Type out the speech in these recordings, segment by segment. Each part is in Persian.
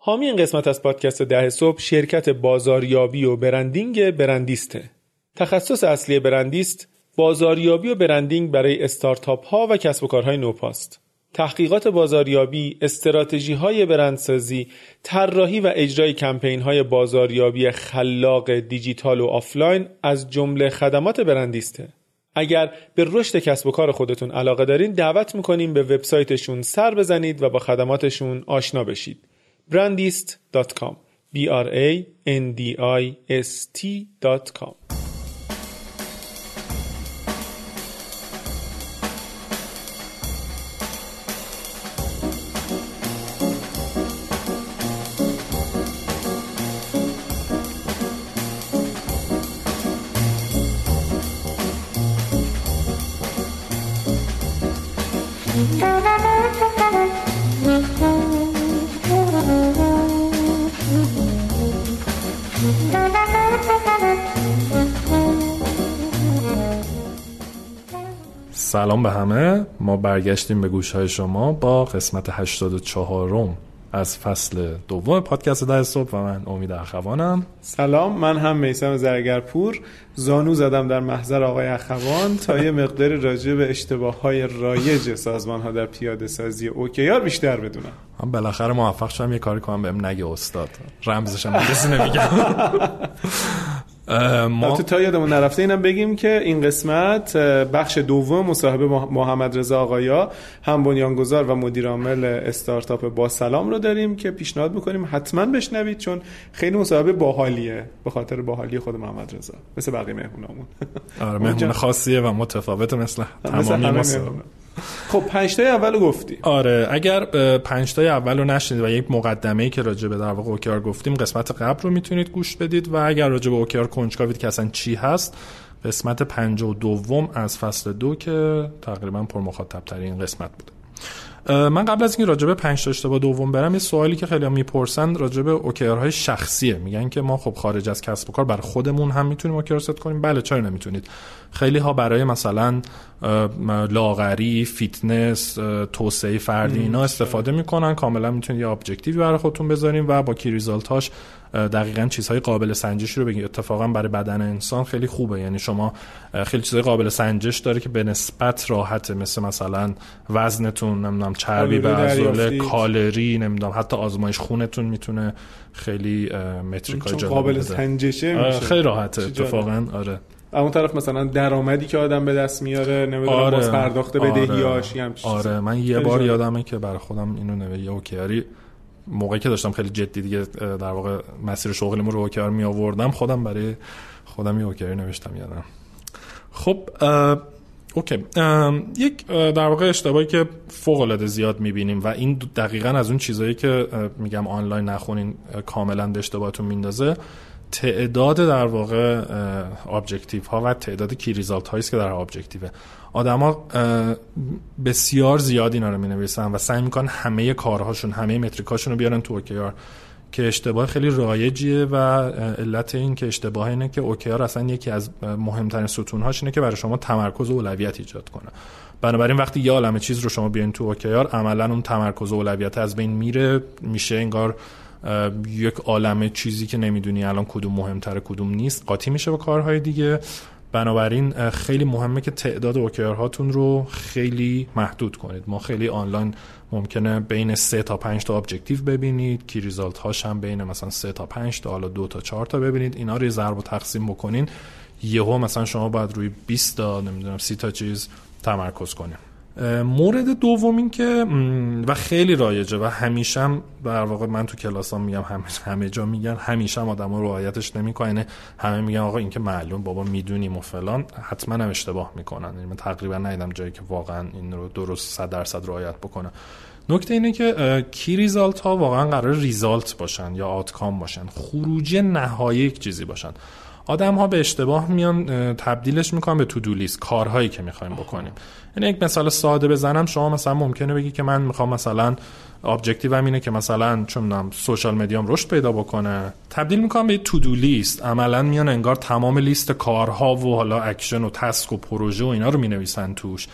حامی این قسمت از پادکست 10 صبح شرکت بازاریابی و برندینگ برندیسته. تخصص اصلی برندیست بازاریابی و برندینگ برای استارتاپ ها و کسب و کارهای نوپاست. تحقیقات بازاریابی، استراتژی‌های برندسازی، طراحی و اجرای کمپین‌های بازاریابی خلاق دیجیتال و آفلاین از جمله خدمات برندیسته. اگر به رشد کسب و کار خودتون علاقه دارین دعوت می‌کنیم به وبسایتشون سر بزنید و با خدماتشون آشنا بشید. brandist.com brandist.com. سلام به همه. ما برگشتیم به گوش‌های شما با قسمت 84م از فصل دوم پادکست 10 صبح و من امید اخوانم. سلام، من هم میثم زرگرپور. زانو زدم در محضر آقای اخوان تا یه مقدار راجع به اشتباه‌های رایج سازمان‌ها در پیاده سازی اوکیار بیشتر بدونم. من بالاخره موفق شدم یه کاری کنم بهم نگه استاد. رمزش هم کسی نمیگم. ما تا یادمون نرفته اینم بگیم که این قسمت بخش دوم مصاحبه محمد رضا آقایا، هم بنیانگذار و مدیر عامل استارتاپ با سلام رو داریم که پیشنهاد می‌کنیم حتما بشنوید، چون خیلی مصاحبه باحالیه به خاطر باحالی خود محمد رضا، مثل بقیه مهمونامون. آره، مهمون خاصیه و متفاوته مثل تمامی مصاحبه. خب 5 تای اولو گفتی. آره، اگر 5 تای اولو نشنید و یک مقدمه‌ای که راجع به در واقع اوکیار گفتیم قسمت قبل رو میتونید گوش بدید، و اگر راجع به اوکیار کنجکاوید که اصلا چی هست، قسمت 52 از فصل 2 که تقریبا پرمخاطب ترین قسمت بوده. من قبل از اینکه راجع به 5 تا اشتباه دوم برم، یه سوالی که خیلی‌ها میپرسن راجع به اوکیارهای شخصیه. میگن که ما خب خارج از کسب و کار برای خودمون هم میتونیم اوکیار ست کنیم. بله، چرا نمیتونید؟ خیلی ها برای مثلا لاغری، فیتنس، توسعه فردی اینا استفاده میکنن. کاملا میتونید یه ابجکتیوی برای خودتون بذارین و با کی ریزالتاش دقیقاً چیزهای قابل سنجشی رو بگید. اتفاقا برای بدن انسان خیلی خوبه، یعنی شما خیلی چیزهای قابل سنجش داره که به نسبت راحته، مثلا وزنتون، نمیدونم چربی به عضله، کالری، نمیدونم حتی آزمایش خونتون میتونه خیلی متریکای جالب قابل سنجشه میشه، خیلی راحته اتفاقا. آره، اون طرف مثلا درآمدی که آدم به دست میاره، نمیدونم باز پرداخت بدهیاش هم چیزی. آره، من یه بار یادمه که برای خودم اینو نوشتم، اوکیاری موقعی که داشتم خیلی جدی دیگه در واقع مسیر شغلمو رو اوکیار می آوردم، خودم برای خودم یه اوکیاری نوشتم یادم. خب اوکی، یک در واقع اشتباهی که فوق العاده زیاد میبینیم و این دقیقاً از اون چیزایی که میگم آنلاین نخونین کاملا به اشتباهتون میندازه، تعداد در واقع ابجکتیو ها و تعداد کی ریزالت هایی است که در ابجکتیو آدما بسیار زیاد اینا رو مینویسن و سعی میکنن همه کارهاشون، همه متریکاشون رو بیارن تو اوکیار، که اشتباه خیلی رایجیه. و علت این که اشتباه اینه که اوکیار اصلا یکی از مهمترین ستونهاش اینه که برای شما تمرکز و اولویت ایجاد کنه. بنابراین وقتی یه عالمه چیز رو شما بیارین تو اوکیار، عملا اون تمرکز و اولویت از بین میره، میشه انگار یک عالمه چیزی که نمیدونی الان کدوم مهمتره کدوم نیست، قاطی میشه با کارهای دیگه. بنابراین خیلی مهمه که تعداد اوکیارهاتون رو خیلی محدود کنید. ما خیلی آنلاین ممکنه بین 3 تا 5 تا ابجکتیو ببینید، کی ریزالت هاش هم بین مثلا 3 تا 5 تا، حالا 2 تا 4 تا ببینید. اینا رو ضرب و تقسیم بکنین، یهو مثلا شما باید روی 20 تا نمیدونم 30 تا چیز تمرکز کنید. مورد دوم این که و خیلی رایجه و همیشه هم در واقع من تو کلاسام میگم، همه جا میگن، همیشه هم آدما رعایتش نمیکنن. همه میگن آقا این که معلوم بابا میدونیم و فلان، حتما هم اشتباه میکنن. یعنی من تقریبا ندیدم جایی که واقعا این رو درست 100% رعایت بکنه. نکته اینه که کی ریزالت ها واقعا قرار ریزالت باشن یا آوتکام باشن، خروجی نهایی یک چیزی باشن. آدم ها به اشتباه میان تبدیلش میکنن به تو دو لیست، کارهایی که میخوایم بکنیم. یعنی یک مثال ساده بزنم، شما مثلا ممکنه بگی که من میخوام مثلا ابجکتیوم اینه که مثلا چونم سوشال مدیام رشد پیدا بکنه، تبدیل میکنم به تو دو لیست. عملا میان انگار تمام لیست کارها و حالا اکشن و تسک و پروژه و اینا رو مینویسن توش،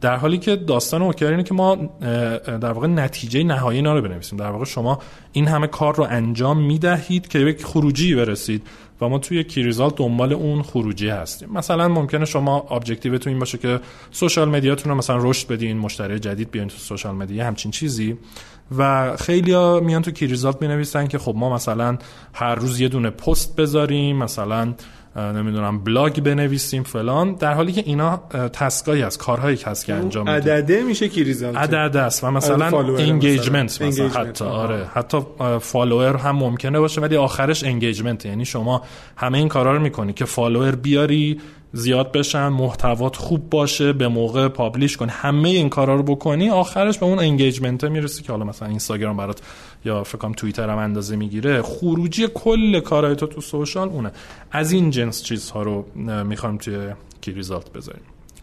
در حالی که داستان OKR اینه که ما در واقع نتیجه نهایی اینا رو بنویسیم. در واقع شما این همه کار رو انجام میدهید که به خروجی برسید و ما توی کی ریزالت دنبال اون خروجی هستیم. مثلا ممکنه شما ابجکتیوتون این باشه که سوشال مدیاتون رو مثلا رشد بدین، مشتری جدید بیارین تو سوشال مدیا، همچین چیزی. و خیلیا میان تو کی ریزالت مینویسن که خب ما مثلا هر روز یه دونه پست بذاریم، مثلا نمیدونم بلاگ بنویسیم فلان، در حالی که اینا تسکایی از کارهایی که هست که انجام میدیم. عدده میشه کی ریزالت، عدده است و مثلا انگیجمنت مثلا حتی آره حتی فالوور هم ممکنه باشه ولی آخرش انگیجمنت، یعنی شما همه این کارا رو میکنی که فالوور بیاری، زیاد بشن، محتوات خوب باشه، به موقع پابلیش کنی، همه این کارا رو بکنی، آخرش به اون انگیجمنت میرسی که حالا مثلا اینستاگرام برات یا فکر کنم توییتر هم اندازه میگیره. خروجی کل کارهای تو سوشال اونه. از این جنس چیزها رو میخوایم توی کی ریزالت بذاریم.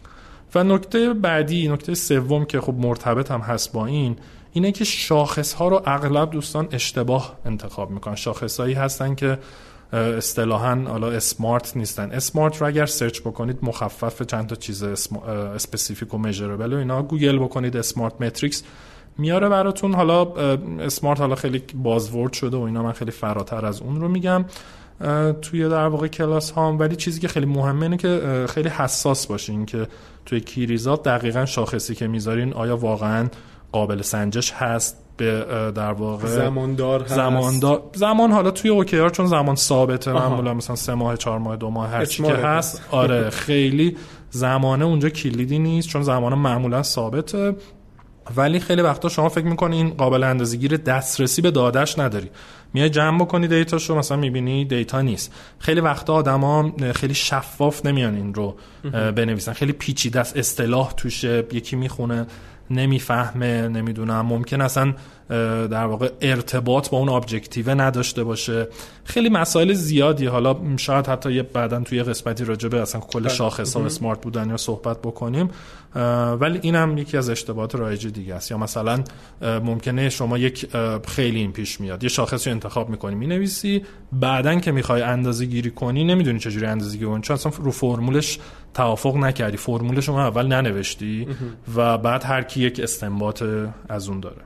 و نکته بعدی، نکته سوم که خب مرتبط هم هست با اینه که شاخص ها رو اغلب دوستان اشتباه انتخاب میکنن. شاخصایی هستن که اصطلاحاً حالا اسمارت نیستن. اسمارت رو اگر سرچ بکنید مخفف چند تا چیز اسپسیفیک و میجربل و اینا، گوگل بکنید اسمارت متریکس میاره براتون. حالا اسمارت حالا خیلی بازورد شده و اینا، من خیلی فراتر از اون رو میگم توی در واقع کلاس هام. ولی چیزی که خیلی مهمه اینه که خیلی حساس باشین که توی کی ریزالت دقیقاً شاخصی که میذارین آیا واقعاً قابل سنجش هست، به در واقع زماندار هست. زمان حالا توی OKR چون زمان ثابته، معمولا مثلا 3 ماه 4 ماه 2 ماه هر چی که هست، آره خیلی زمانه اونجا کلیدی نیست چون زمان معمولا ثابته. ولی خیلی وقتا شما فکر میکنی این قابل اندازه‌گیری، دسترسی به دادهش نداری، میای جمع بکنی دیتاشو، مثلا میبینی دیتا نیست. خیلی وقتا آدما خیلی شفاف نمیان این رو بنویسن، خیلی پیچیده است، اصطلاح توشه، یکی میخونه نمیفهمه، نمیدونم ممکن اصلا در واقع ارتباط با اون ابجکتیو نداشته باشه. خیلی مسائل زیادی، حالا شاید حتی یه بعداً توی قسمتی راجع به اصلا کل شاخص‌ها اسمارت بودن یا صحبت بکنیم. ولی اینم یکی از اشتباهات رایج دیگه است. یا مثلا ممکنه شما یک خیلی این پیش میاد، یه شاخصی رو انتخاب می‌کنی می‌نویسی، بعداً که می‌خوای اندازه‌گیری کنی نمی‌دونی چجوری اندازه‌گیری کنی، چون اصلا رو فرمولش توافق نکردی، فرمولش رو اول ننوشتی و بعد هر کی یک استنباط از اون داره.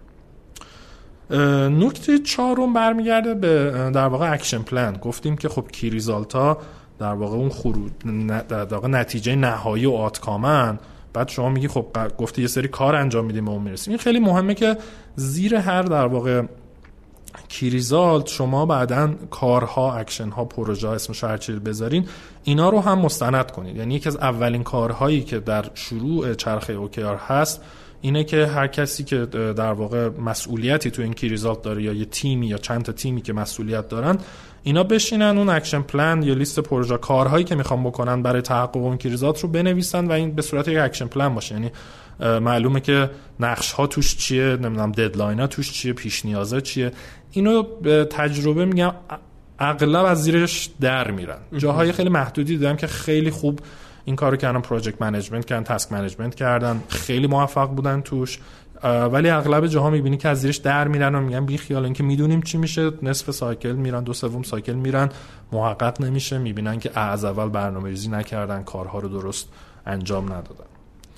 نکته 4 برمیگرده به در واقع اکشن پلان. گفتیم که خب کی ریزالت ها در واقع اون خروج در واقع نتیجه نهایی و آتکامن. بعد شما میگی خب گفتی یه سری کار انجام میدیم و اون میرسیم. این خیلی مهمه که زیر هر در واقع کی ریزالت شما بعداً کارها، اکشن ها، پروژه ها، اسمش هر چیزی بذارین، اینا رو هم مستند کنید. یعنی یکی از اولین کارهایی که در شروع چرخه OKR هست اینه که هر کسی که در واقع مسئولیتی تو این کی ریزالت داره، یا یه تیمی یا چند تا تیمی که مسئولیت دارن، اینا بشینن اون اکشن پلان یا لیست پروژه کارهایی که میخوان بکنن برای تحقق اون کی ریزالت رو بنویسن و این به صورت یک اکشن پلان باشه. یعنی معلومه که نقش ها توش چیه، نمیدونم ددلاین ها توش چیه، پیش نیازا چیه. اینو به تجربه میگم اغلب از زیرش در میرن. جاهای خیلی محدودی دیدم که خیلی خوب این کارو کردن، پروژکت منیجمنت کردن، تاسک منیجمنت کردن، خیلی موفق بودن توش. ولی اغلب جاها میبینی که از زیرش در میرن و میگن بی خیال، اینکه میدونیم چی میشه، نصف سایکل میرن، 2/3 سایکل میرن، محقق نمیشه، میبینن که از اول برنامه‌ریزی نکردن، کارها رو درست انجام ندادن.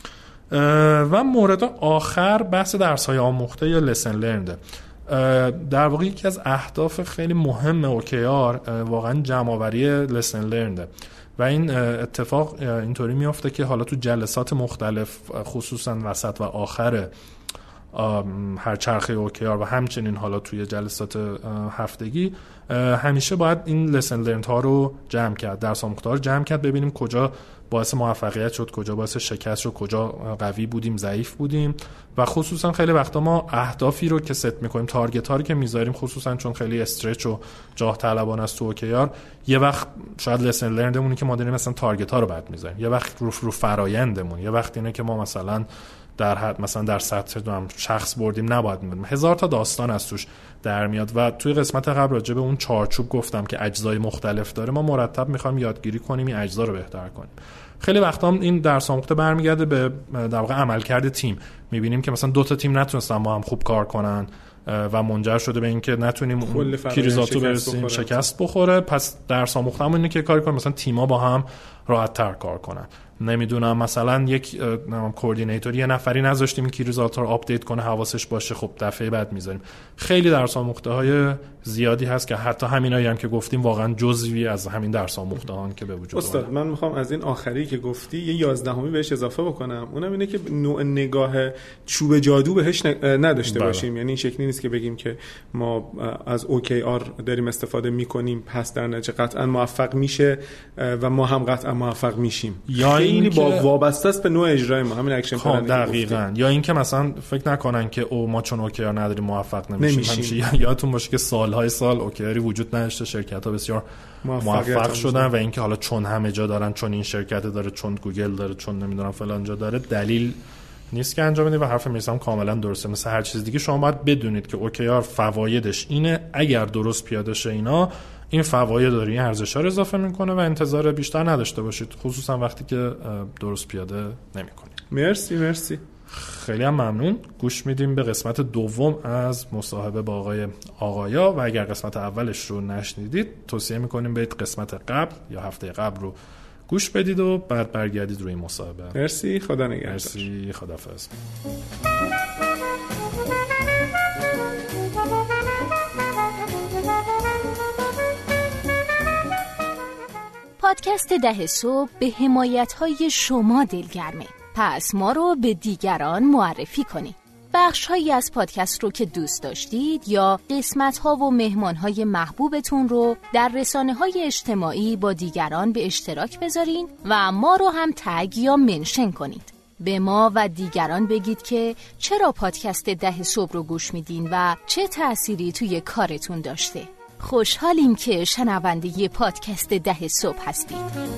و مورد آخر بحث درس‌های آموخته یا lesson learned. در واقع یکی از اهداف خیلی مهم OKR واقعا جمع‌آوری lesson learned و این اتفاق اینطوری میفته که حالا تو جلسات مختلف خصوصا وسط و آخر هر چرخه OKR و همچنین حالا توی جلسات هفتگی همیشه باید این lesson learned ها رو جمع کرد، درس آموخته ها رو جمع کرد، ببینیم کجا باعث موفقیت شد، کجا باعث شکست شد، کجا قوی بودیم، ضعیف بودیم. و خصوصا خیلی وقتا ما اهدافی رو که ست میکنیم، تارگت ها رو که میذاریم، خصوصا چون خیلی استرچ و جاه طلبانه است تو OKR، یه وقت شاید lesson learned مونی که ما داریم مثلا تارگت ها رو بعد میذاریم، یه وقت رو فرایندمون، یه وقت اینه که ما مثلا در حد مثلا در سطح شخص بردیم نباید می‌بینیم. هزار تا داستان از توش در میاد و توی قسمت قبل راجع به اون چارچوب گفتم که اجزای مختلف داره، ما مرتب می‌خوایم یادگیری کنیم این اجزا رو بهتر کنیم. خیلی وقتا این درس آموخته برمیگرده به در واقع عملکرد تیم. می‌بینیم که مثلا 2 تا تیم نتونستن با هم خوب کار کنن و منجر شده به اینکه نتونیم کی ریزالتو برسیم، شکست بخوره. پس درس آموخته‌مون اینه که کار کنیم مثلا تیم‌ها با هم راحت‌تر کار کنن. نمیدونم مثلا یک کوردینیتور یه نفری نذاشتیم که ریزالت رو آپدیت کنه حواسش باشه، خب دفعه بعد میذاریم. خیلی درس آموخته‌های زیادی هست که حتی همینایی هم که گفتیم واقعا جزوی از همین درس آموخته‌هان که به وجود استاد اومد. من میخوام از این آخری که گفتی یه 11می بهش اضافه بکنم، اونم اینه که نوع نگاه چوب جادو بهش نداشته باشیم. یعنی این شکلی نیست که بگیم که ما از OKR داریم استفاده میکنیم پس در نتیجه قطعا موفق میشه و ما هم قطعا موفق میشیم. یا خیلی با وابسته است به نوع اجرای ما، همین اکشن پلن. دقیقاً. یا اینکه مثلا فکر نکنن که او ما چون OKR نداریم موفق نمیشیم. یادتون باشه که سالهای سال OKR وجود نداشته، شرکت‌ها بسیار موفق شدن و اینکه حالا چون همه جا دارن، چون این شرکت داره، چون گوگل داره، چون نمیدونم فلان جا داره، دلیل نیست که انجام بدید. و حرف میرسم کاملا درسته. مثل هر چیز دیگه شما باید بدونید که OKR فوایدش اینه، اگر درست پیاده شه اینا این فواید داره، این ارزش‌ها رو اضافه میکنه و انتظار بیشتر نداشته باشید، خصوصا وقتی که درست پیاده نمیکنید. مرسی. خیلی هم ممنون. گوش میدیم به قسمت دوم از مصاحبه با آقای آقایا و اگر قسمت اولش رو نشنیدید توصیه میکنیم برید قسمت قبل یا هفته قبل رو گوش بدید و بعد برگردید روی مصاحبه. مرسی، خدا نگهدار. مرسی، خداحافظ. پادکست 10 صبح به حمایت‌های شما دلگرمه. پس ما رو به دیگران معرفی کنید. بخش‌هایی از پادکست رو که دوست داشتید یا قسمت‌ها و مهمان‌های محبوبتون رو در رسانه‌های اجتماعی با دیگران به اشتراک بذارین و ما رو هم تگ یا منشن کنید. به ما و دیگران بگید که چرا پادکست 10 صبح رو گوش میدین و چه تأثیری توی کارتون داشته. خوشحالیم که شنونده پادکست 10 صبح هستید.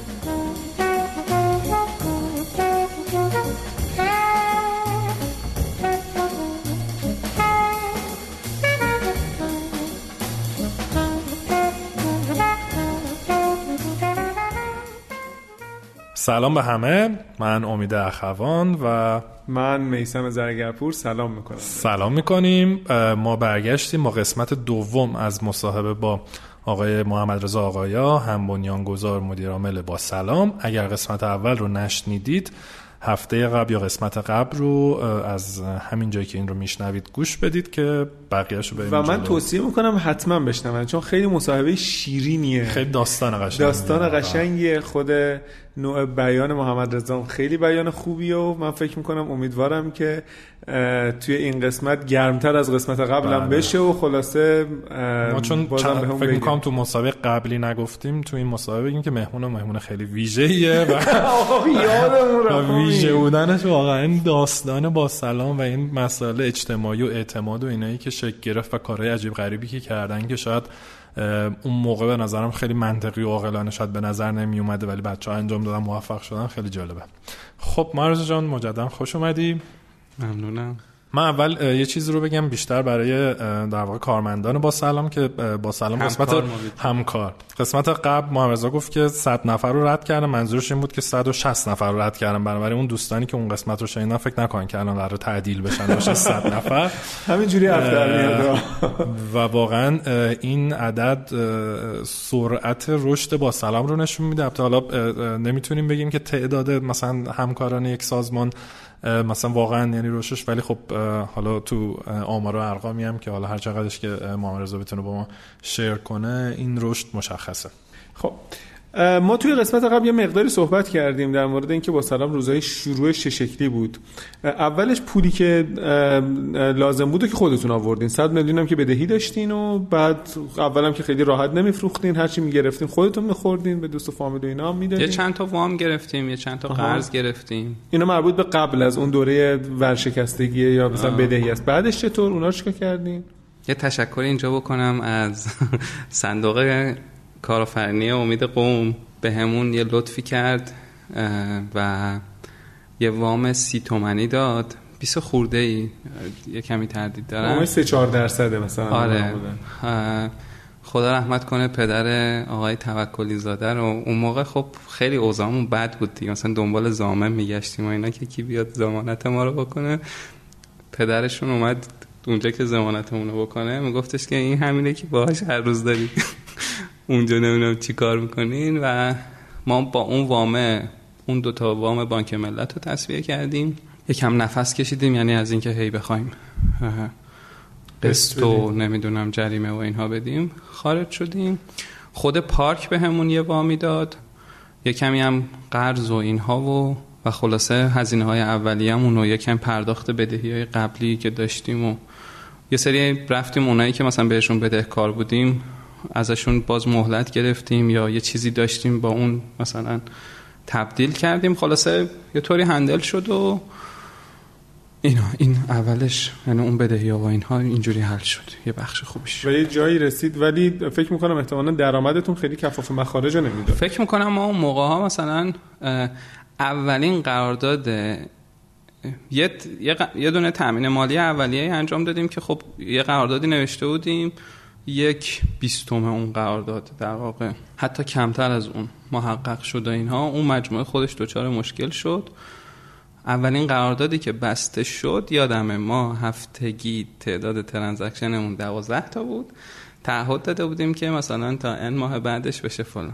سلام به همه، من امید اخوان و من میثم زرگرپور سلام میکنم. سلام میکنیم. ما برگشتیم با قسمت دوم از مصاحبه با آقای محمد رضا آقایا، هم بنیانگذار مدیر عامل با سلام. اگر قسمت اول رو نشنیدید هفته قبل یا قسمت قبل رو از همین جایی که این رو میشنوید گوش بدید که بقیه‌شو بریم و من توصیه میکنم حتما بشنون چون خیلی مصاحبه شیرینیه، خیلی داستان قشنگیه. خود نوع بیان محمد رضا خیلی بیان خوبیه و من فکر میکنم امیدوارم که توی این قسمت گرمتر از قسمت قبل هم بشه و خلاصه ما چون فکر میکنم تو مسابقه قبلی نگفتیم تو این مسابقه بگیم که مهمون خیلی ویژه‌ایه و ویژه بودنش واقعا داستان با سلام و این مسائل اجتماعی و اعتماد و اینایی که شکل گرفت و کارهای عجیب غریبی که کردن که شاید اون موقع به نظرم خیلی منطقی و عاقلانه شاید به نظر نمی اومده ولی بچه‌ها انجام دادن موفق شدن. خیلی جالبه. خب مرزا جان مجددا خوش اومدی. ممنونم. من اول یه چیزی رو بگم بیشتر برای در واقع کارمندان با سلام که با سلام قسمت همکار قسمت قبل محمد رضا گفت که 100 نفر رو رد کردم، منظورش این بود که 160 نفر رو رد کردم. بنابراین اون دوستانی که اون قسمت رو شنیدن فکر نکنن که الان قراره تعدیل بشن باشه 100 نفر همینجوری افتر میاد. و واقعا این عدد سرعت رشد با سلام رو نشون میده. البته حالا نمیتونیم بگیم که تعداد مثلا همکاران یک سازمان مثلا واقعا یعنی روشش، ولی خب حالا تو آمار و ارقامی هم که حالا هر چقدرش که محمد رضا بتونه با ما شیر کنه این رشد مشخصه. خب ما توی قسمت قبل یه مقداری صحبت کردیم در مورد اینکه با سلام روزهای شروعش چه شکلی بود. اولش پولی که لازم بود که خودتون آوردین، 100 میلیون هم که بدهی داشتین و بعد اولم که خیلی راحت نمیفروختین، هرچی میگرفتین خودتون میخوردین، به دوست و فامیل و اینا هم میدادین. یه چند تا وام گرفتیم، یه چند تا قرض گرفتیم. اینا مربوط به قبل از اون دوره ورشکستگی یا مثلا بدهی است. بعدش چطور اونا رو چیکار کردین؟ یه تشکر اینجا بکنم از صندوق کارآفرینی امید قوم به همون یه لطفی کرد و یه وام 30 تومانی داد. 20 خورده ای، یه کمی تردید دارم. وام 3-4% مثلا. آره. خدا رحمت کنه پدر آقای توکلی زاده رو. اون موقع خب خیلی اوضاعمون بد بود دیگه، مثلا دنبال ضامن میگشتیم و اینا که کی بیاد ضمانت ما رو بکنه. پدرشون اومد اونجا که ضمانتمون رو بکنه، میگفتش که این همینه که باهاش هر روز داری اونجا نمیدونم چی کار میکنین. و ما با اون وامه اون 2 وام بانک ملت رو تسویه کردیم، یکم نفس کشیدیم، یعنی از اینکه هی بخوایم قسط و نمیدونم جریمه و اینها بدیم خارج شدیم. خود پارک به همون یه وامی داد، یه کمی هم قرض و اینها و خلاصه هزینه های اولیه‌مون و یکم پرداخت بدهی‌های قبلی که داشتیم و یه سری رفتیم اونایی که مثلا بهشون بدهکار بودیم ازشون باز مهلت گرفتیم یا یه چیزی داشتیم با اون مثلا تبدیل کردیم، خلاصه یه طوری هندل شد و این اولش یعنی اون بدهی‌ها و اینها اینجوری حل شد، یه بخش خوبیش و یه جایی رسید. ولی فکر می‌کنم احتمالاً درآمدتون خیلی کفاف مخارج رو نمیداد. فکر می‌کنم ما اون موقع‌ها مثلا اولین قرارداد یه دونه تامین مالی اولیه انجام دادیم که خب یه قراردادی نوشته بودیم، 1/20 اون قرارداد در واقع حتی کمتر از اون محقق شد و اینها، اون مجموعه خودش دچار مشکل شد. اولین قراردادی که بسته شد یادمه ما هفتگی تعداد ترانزکشنمون 12 تا بود، تعهد داده بودیم که مثلا تا این ماه بعدش بشه فلان.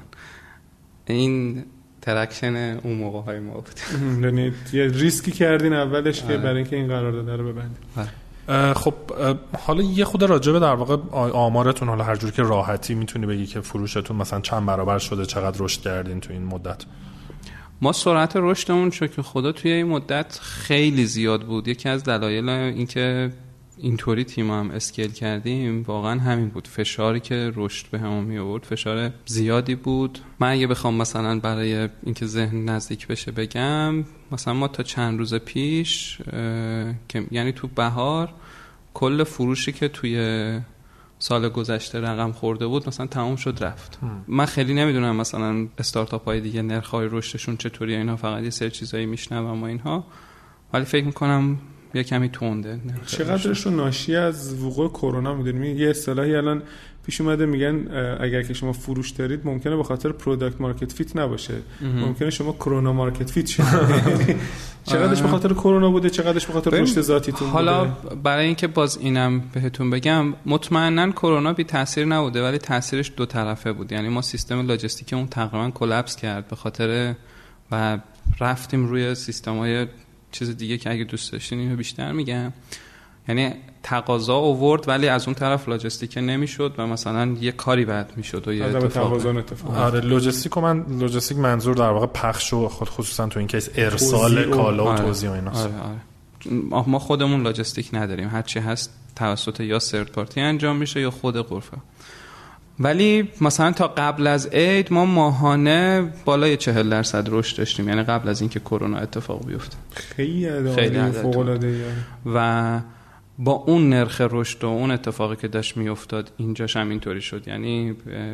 این ترکشن اون موقع های ما بود. یعنی یه ریسکی کردین اولش که برای اینکه این قرارداد رو ببندید. خب حالا یه خود راجبه در واقع آمارتون، حالا هر جور که راحتی میتونی بگی که فروشتون مثلا چند برابر شده، چقدر رشد کردین تو این مدت؟ ما سرعت رشدمون شکر خدا توی این مدت خیلی زیاد بود. یکی از دلایل این که اینطوری تیم هم اسکیل کردیم واقعا همین بود، فشاری که رشد به همون می آورد فشار زیادی بود. من اگه بخوام مثلا برای اینکه ذهن نزدیک بشه بگم، مثلا ما تا چند روز پیش که یعنی تو بهار کل فروشی که توی سال گذشته رقم خورده بود مثلا تمام شد رفت. من خیلی نمیدونم مثلا استارتاپ های دیگه نرخ‌های رشدشون چطوریه، اینا فقط یه سری چیزایی میشنوم و اینها، ولی فکر میکنم یه کمی تونده. چقدرش ناشی از وقوع کرونا میدونیم؟ یه اصطلاحی الان پیش اومده میگن اگر که شما فروش دارید ممکنه به خاطر پروداکت مارکت فیت نباشه، ممکنه شما کرونا مارکت فیت شید. چقدرش به خاطر کرونا بوده، چقدرش به خاطر رشد ذاتیتون بوده؟ حالا برای اینکه باز اینم بهتون بگم، مطمئناً کرونا بی تاثیر نبوده ولی تاثیرش 2 طرفه بود. یعنی ما سیستم لاجستیکمون تقریبا کلاپس کرد به خاطر و رفتیم روی سیستم‌های چیز دیگه که اگه دوست داشتین اینو بیشتر میگم. یعنی تقاضا آورد ولی از اون طرف لاجستیک نمیشد و مثلا یه کاری بعد میشد و یه اتفاق. آره لوجستیک منظور در واقع پخش و خصوصا تو این کیس ارسال کالا و توزیع و ایناست. آره. ما خودمون لاجستیک نداریم، هرچی هست توسط یا ثرد پارتی انجام میشه یا خود غرفه. ولی مثلا تا قبل از عید ما ماهانه بالای 40% رشد داشتیم، یعنی قبل از اینکه کرونا اتفاق بیفته. خیلی فوق‌العاده. و با اون نرخ رشد و اون اتفاقی که داشت میافتاد اینجاش هم اینطوری شد. یعنی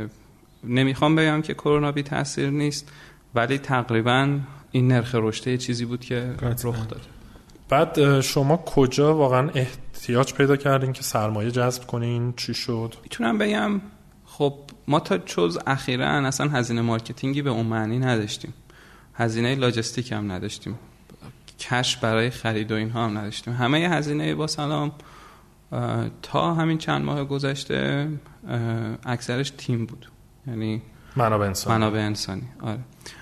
نمیخوام بگم که کرونا بی تاثیر نیست ولی تقریبا این نرخ رشد یه چیزی بود که رخ داد. بعد شما کجا واقعا احتیاج پیدا کردین که سرمایه جذب کنین؟ چی شد؟ میتونم بگم خب ما تا چوز اخیراً اصلا هزینه مارکتینگی به اون معنی نداشتیم، هزینه لاجستیک هم نداشتیم، کش برای خرید و اینها هم نداشتیم. همه هزینه با سلام تا همین چند ماه گذشته اکثرش تیم بود، یعنی منابع انسانی. آره.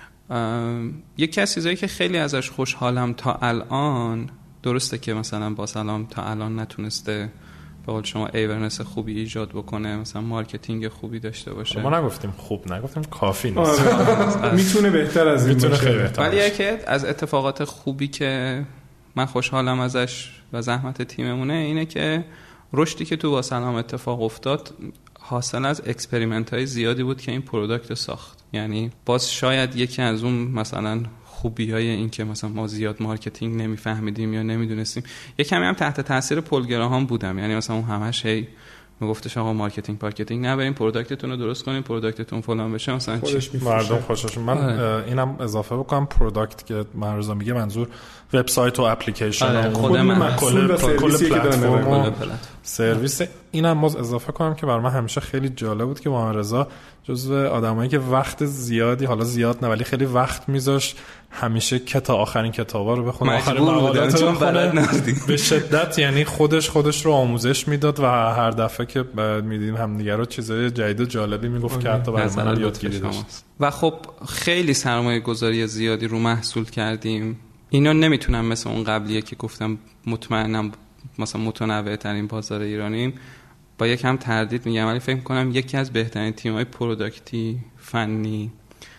یکی از چیزایی که خیلی ازش خوشحالم تا الان، درسته که مثلا با سلام تا الان نتونسته به قول شما ایورنس خوبی ایجاد بکنه، مثلا مارکتینگ خوبی داشته باشه. ما نگفتیم خوب، نگفتیم کافی نیست. میتونه بهتر از این باشه. ولی یکی از اتفاقات خوبی که من خوشحالم ازش و زحمت تیممونه اینه که رشدی که تو با سلام اتفاق افتاد حاصل از اکسپریمنت های زیادی بود که این پروداکت ساخت. یعنی باز شاید یکی از اون مثلا خوبی های این که مثلا ما زیاد مارکتینگ نمیفهمیدیم یا نمیدونستیم، یه کمی هم تحت تاثیر پل گراهام بودم. یعنی مثلا اون همش هی میگفتش آقا مارکتینگ نبریم، پروداکتتون رو درست کنین، پروداکتتون فلان بشه، مثلا مردم خوشش. من اینم اضافه بکنم، پروداکت که من روزا میگه منظور وبسایت و اپلیکیشن، خود من کل پلتفرم سرویس اینم باز اضافه کنم که برای من همیشه خیلی جالب بود که محمد رضا جزو آدمایی که وقت زیادی، حالا زیاد نه ولی خیلی وقت میذاشت همیشه آخرین کتابا رو بخونه، آخرین مقالات رو بخونه به شدت. یعنی خودش رو آموزش میداد و هر دفعه که میدیدیم همدیگه رو چیزای جدید و جالبی میگفت که حتی برای من یادگیری داشت. و خب خیلی سرمایه گذاری زیادی رو محصول کردیم. اینا نمیتونم مثل اون قبلیه که گفتم مطمئنم مثلا متنوع ترین بازار ایرانیم، با یکم تردید میگم، ولی فکر میکنم یکی از بهترین تیم‌های پروداکتی، فنی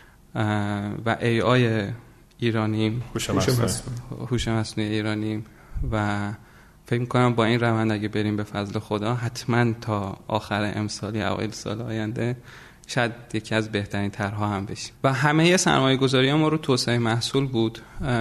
و ای آی ایرانیم، هوش مصنوعی ایرانیم و فکر میکنم با این روند اگه بریم به فضل خدا حتما تا آخر امسال یا اوایل سال آینده شاید یکی از بهترین طرح‌ها هم بشیم. و همه سرمایه‌گذاری ما رو توسعه محصول بود.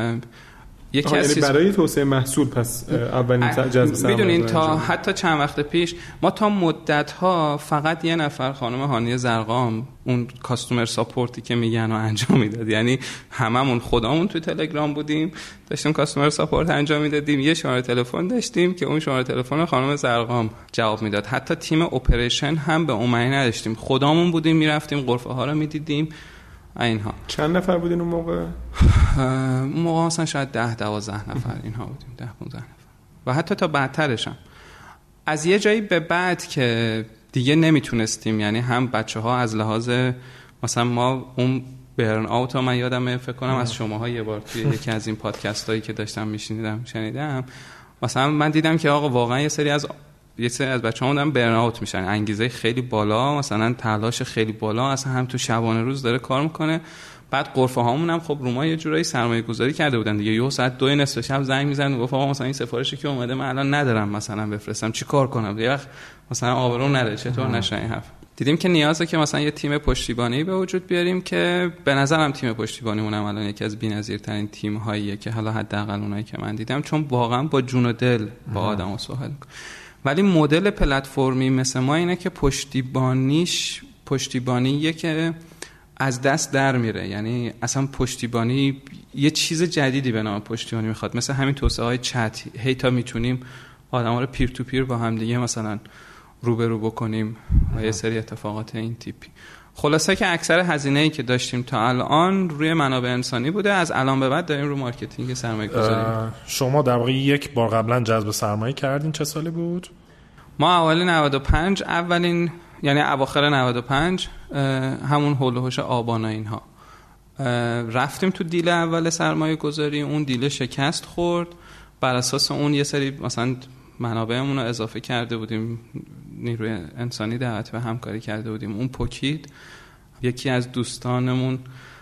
یکی از برای توسعه محصول پس اولین جذب سرمایه میدونین تا حتی چند وقت پیش ما تا مدت‌ها فقط یه نفر خانم هانیه زرقام اون کاستومر ساپورتی که میگن رو انجام میداد. یعنی هممون خودمون تو تلگرام بودیم داشتیم کاستومر ساپورت انجام میدادیم، یه شماره تلفن داشتیم که اون شماره تلفن خانم زرقام جواب میداد. حتی تیم اپریشن هم به اون معنی نداشتیم، خودمون بودیم میرفتیم غرفه ها رو میدیدیم. اینها چند نفر بودین اون موقع؟ اون موقع مثلا شاید 10-12 نفر اینها بودیم، 10-15 نفر. و حتی تا بعدترش هم از یه جایی به بعد که دیگه نمیتونستیم، یعنی هم بچه‌ها از لحاظ مثلا ما اون برن آوت ها، من یادمه فکر کنم از شماها یه بار توی یکی از این پادکست هایی که داشتم شنیدم مثلا من دیدم که آقا واقعا یه سری از بچه‌ها دارن برن آوت میشن، انگیزه خیلی بالا، مثلا تلاش خیلی بالا، اصلا هم تو شبانه روز داره کار میکنه. بعد غرفه هامون هم خب روما یه جورایی سرمایه گذاری کرده بودن دیگه، یهو ساعت 2 نصف شب زنگ میزنن گفت آقا مثلا این سفارشی که اومده من الان ندارم مثلا بفرستم، چی کار کنم؟ یه وقت مثلا آبرو نره، چطور نشه این حرف. دیدیم که نیازه که مثلا یه تیم پشتیبانی به وجود بیاریم که به نظرم تیم پشتیبانیمون هم الان یکی از بی‌نظیرترین تیم هاییه که حالا حداقل اونایی که من دیدم، چون واقعا با جون و دل با آدمو صحبت می‌کنه. ولی مدل پلتفرمی مثل ما اینه که پشتیبانیه که از دست در میره. یعنی اصلا پشتیبانی یه چیز جدیدی به نام پشتیبانی میخواد، مثل همین توسعه های چت، هی تا میتونیم آدما رو پیر تو پیر با هم دیگه مثلا روبرو بکنیم و یه سری اتفاقات این تیپی. خلاصه که اکثر هزینه‌ای که داشتیم تا الان روی منابع انسانی بوده، از الان به بعد داریم رو مارکتینگ سرمایه‌گذاری. شما در واقع یک بار قبلا جذب سرمایه کردین، چه سالی بود؟ ما اوایل 95 یعنی اواخر 95 همون هول و هوش آبان اینها رفتیم تو دیل اول سرمایه گذاری. اون دیل شکست خورد، بر اساس اون یه سری مثلا منابعمون رو اضافه کرده بودیم، نیروی انسانی دعوت به همکاری کرده بودیم، اون پوکید. یکی از دوستانمون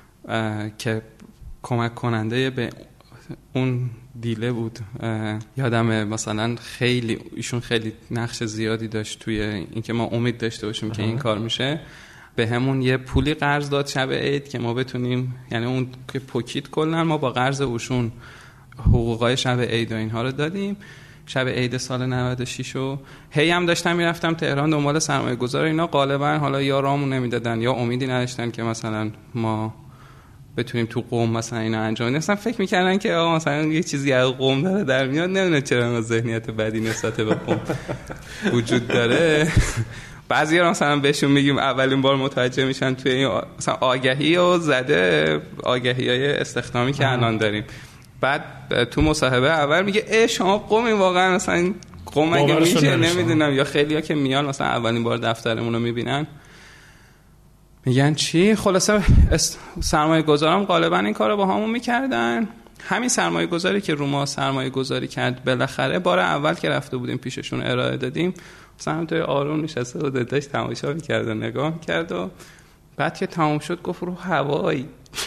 که کمک کننده به اون دیله بود، یادمه مثلا ایشون خیلی نقش زیادی داشت توی اینکه ما امید داشته باشیم که این کار میشه. به همون یه پولی قرض داد شب عید که ما بتونیم، یعنی اون که پوکید کلا ما با قرض اوشون حقوقای شب عید و اینها رو دادیم. شب عید سال 96 و هی هم داشتم میرفتم تهران دنبال سرمایه گذار اینا، غالبا حالا یا رامون نمیدادن یا امیدی نداشتن که مثلا ما بتونیم تو قم مثلا اینا انجام بدیم. اصلا فکر میکردن که آقا مثلا یه چیزی از قم داره در میاد، نمیدونه چرا ذهنیت بدی نسبت به قم وجود داره. بعضیا مثلا بهشون میگیم اولین بار متوجه میشن توی این مثلا آگهی و زده آگهیای استخدامی که الان داریم. بعد تو مصاحبه اول میگه شما قمی واقعا مثلا قم مگه میشه؟ نمیدونم. یا خیلیا که میان مثلا اولین بار دفترمون رو میبینن میگن چی؟ خلاصه سرمایه گذارم غالبا این کار رو با همون میکردن. همین سرمایه گذاری که رو ما سرمایه گذاری کرد بالاخره بار اول که رفته بودیم پیششون ارائه دادیم، مثلا همونطوری آروم نشسته و داشت تماشا میکرد و نگاه میکرد و بعد که تمام شد گفت رو هوایی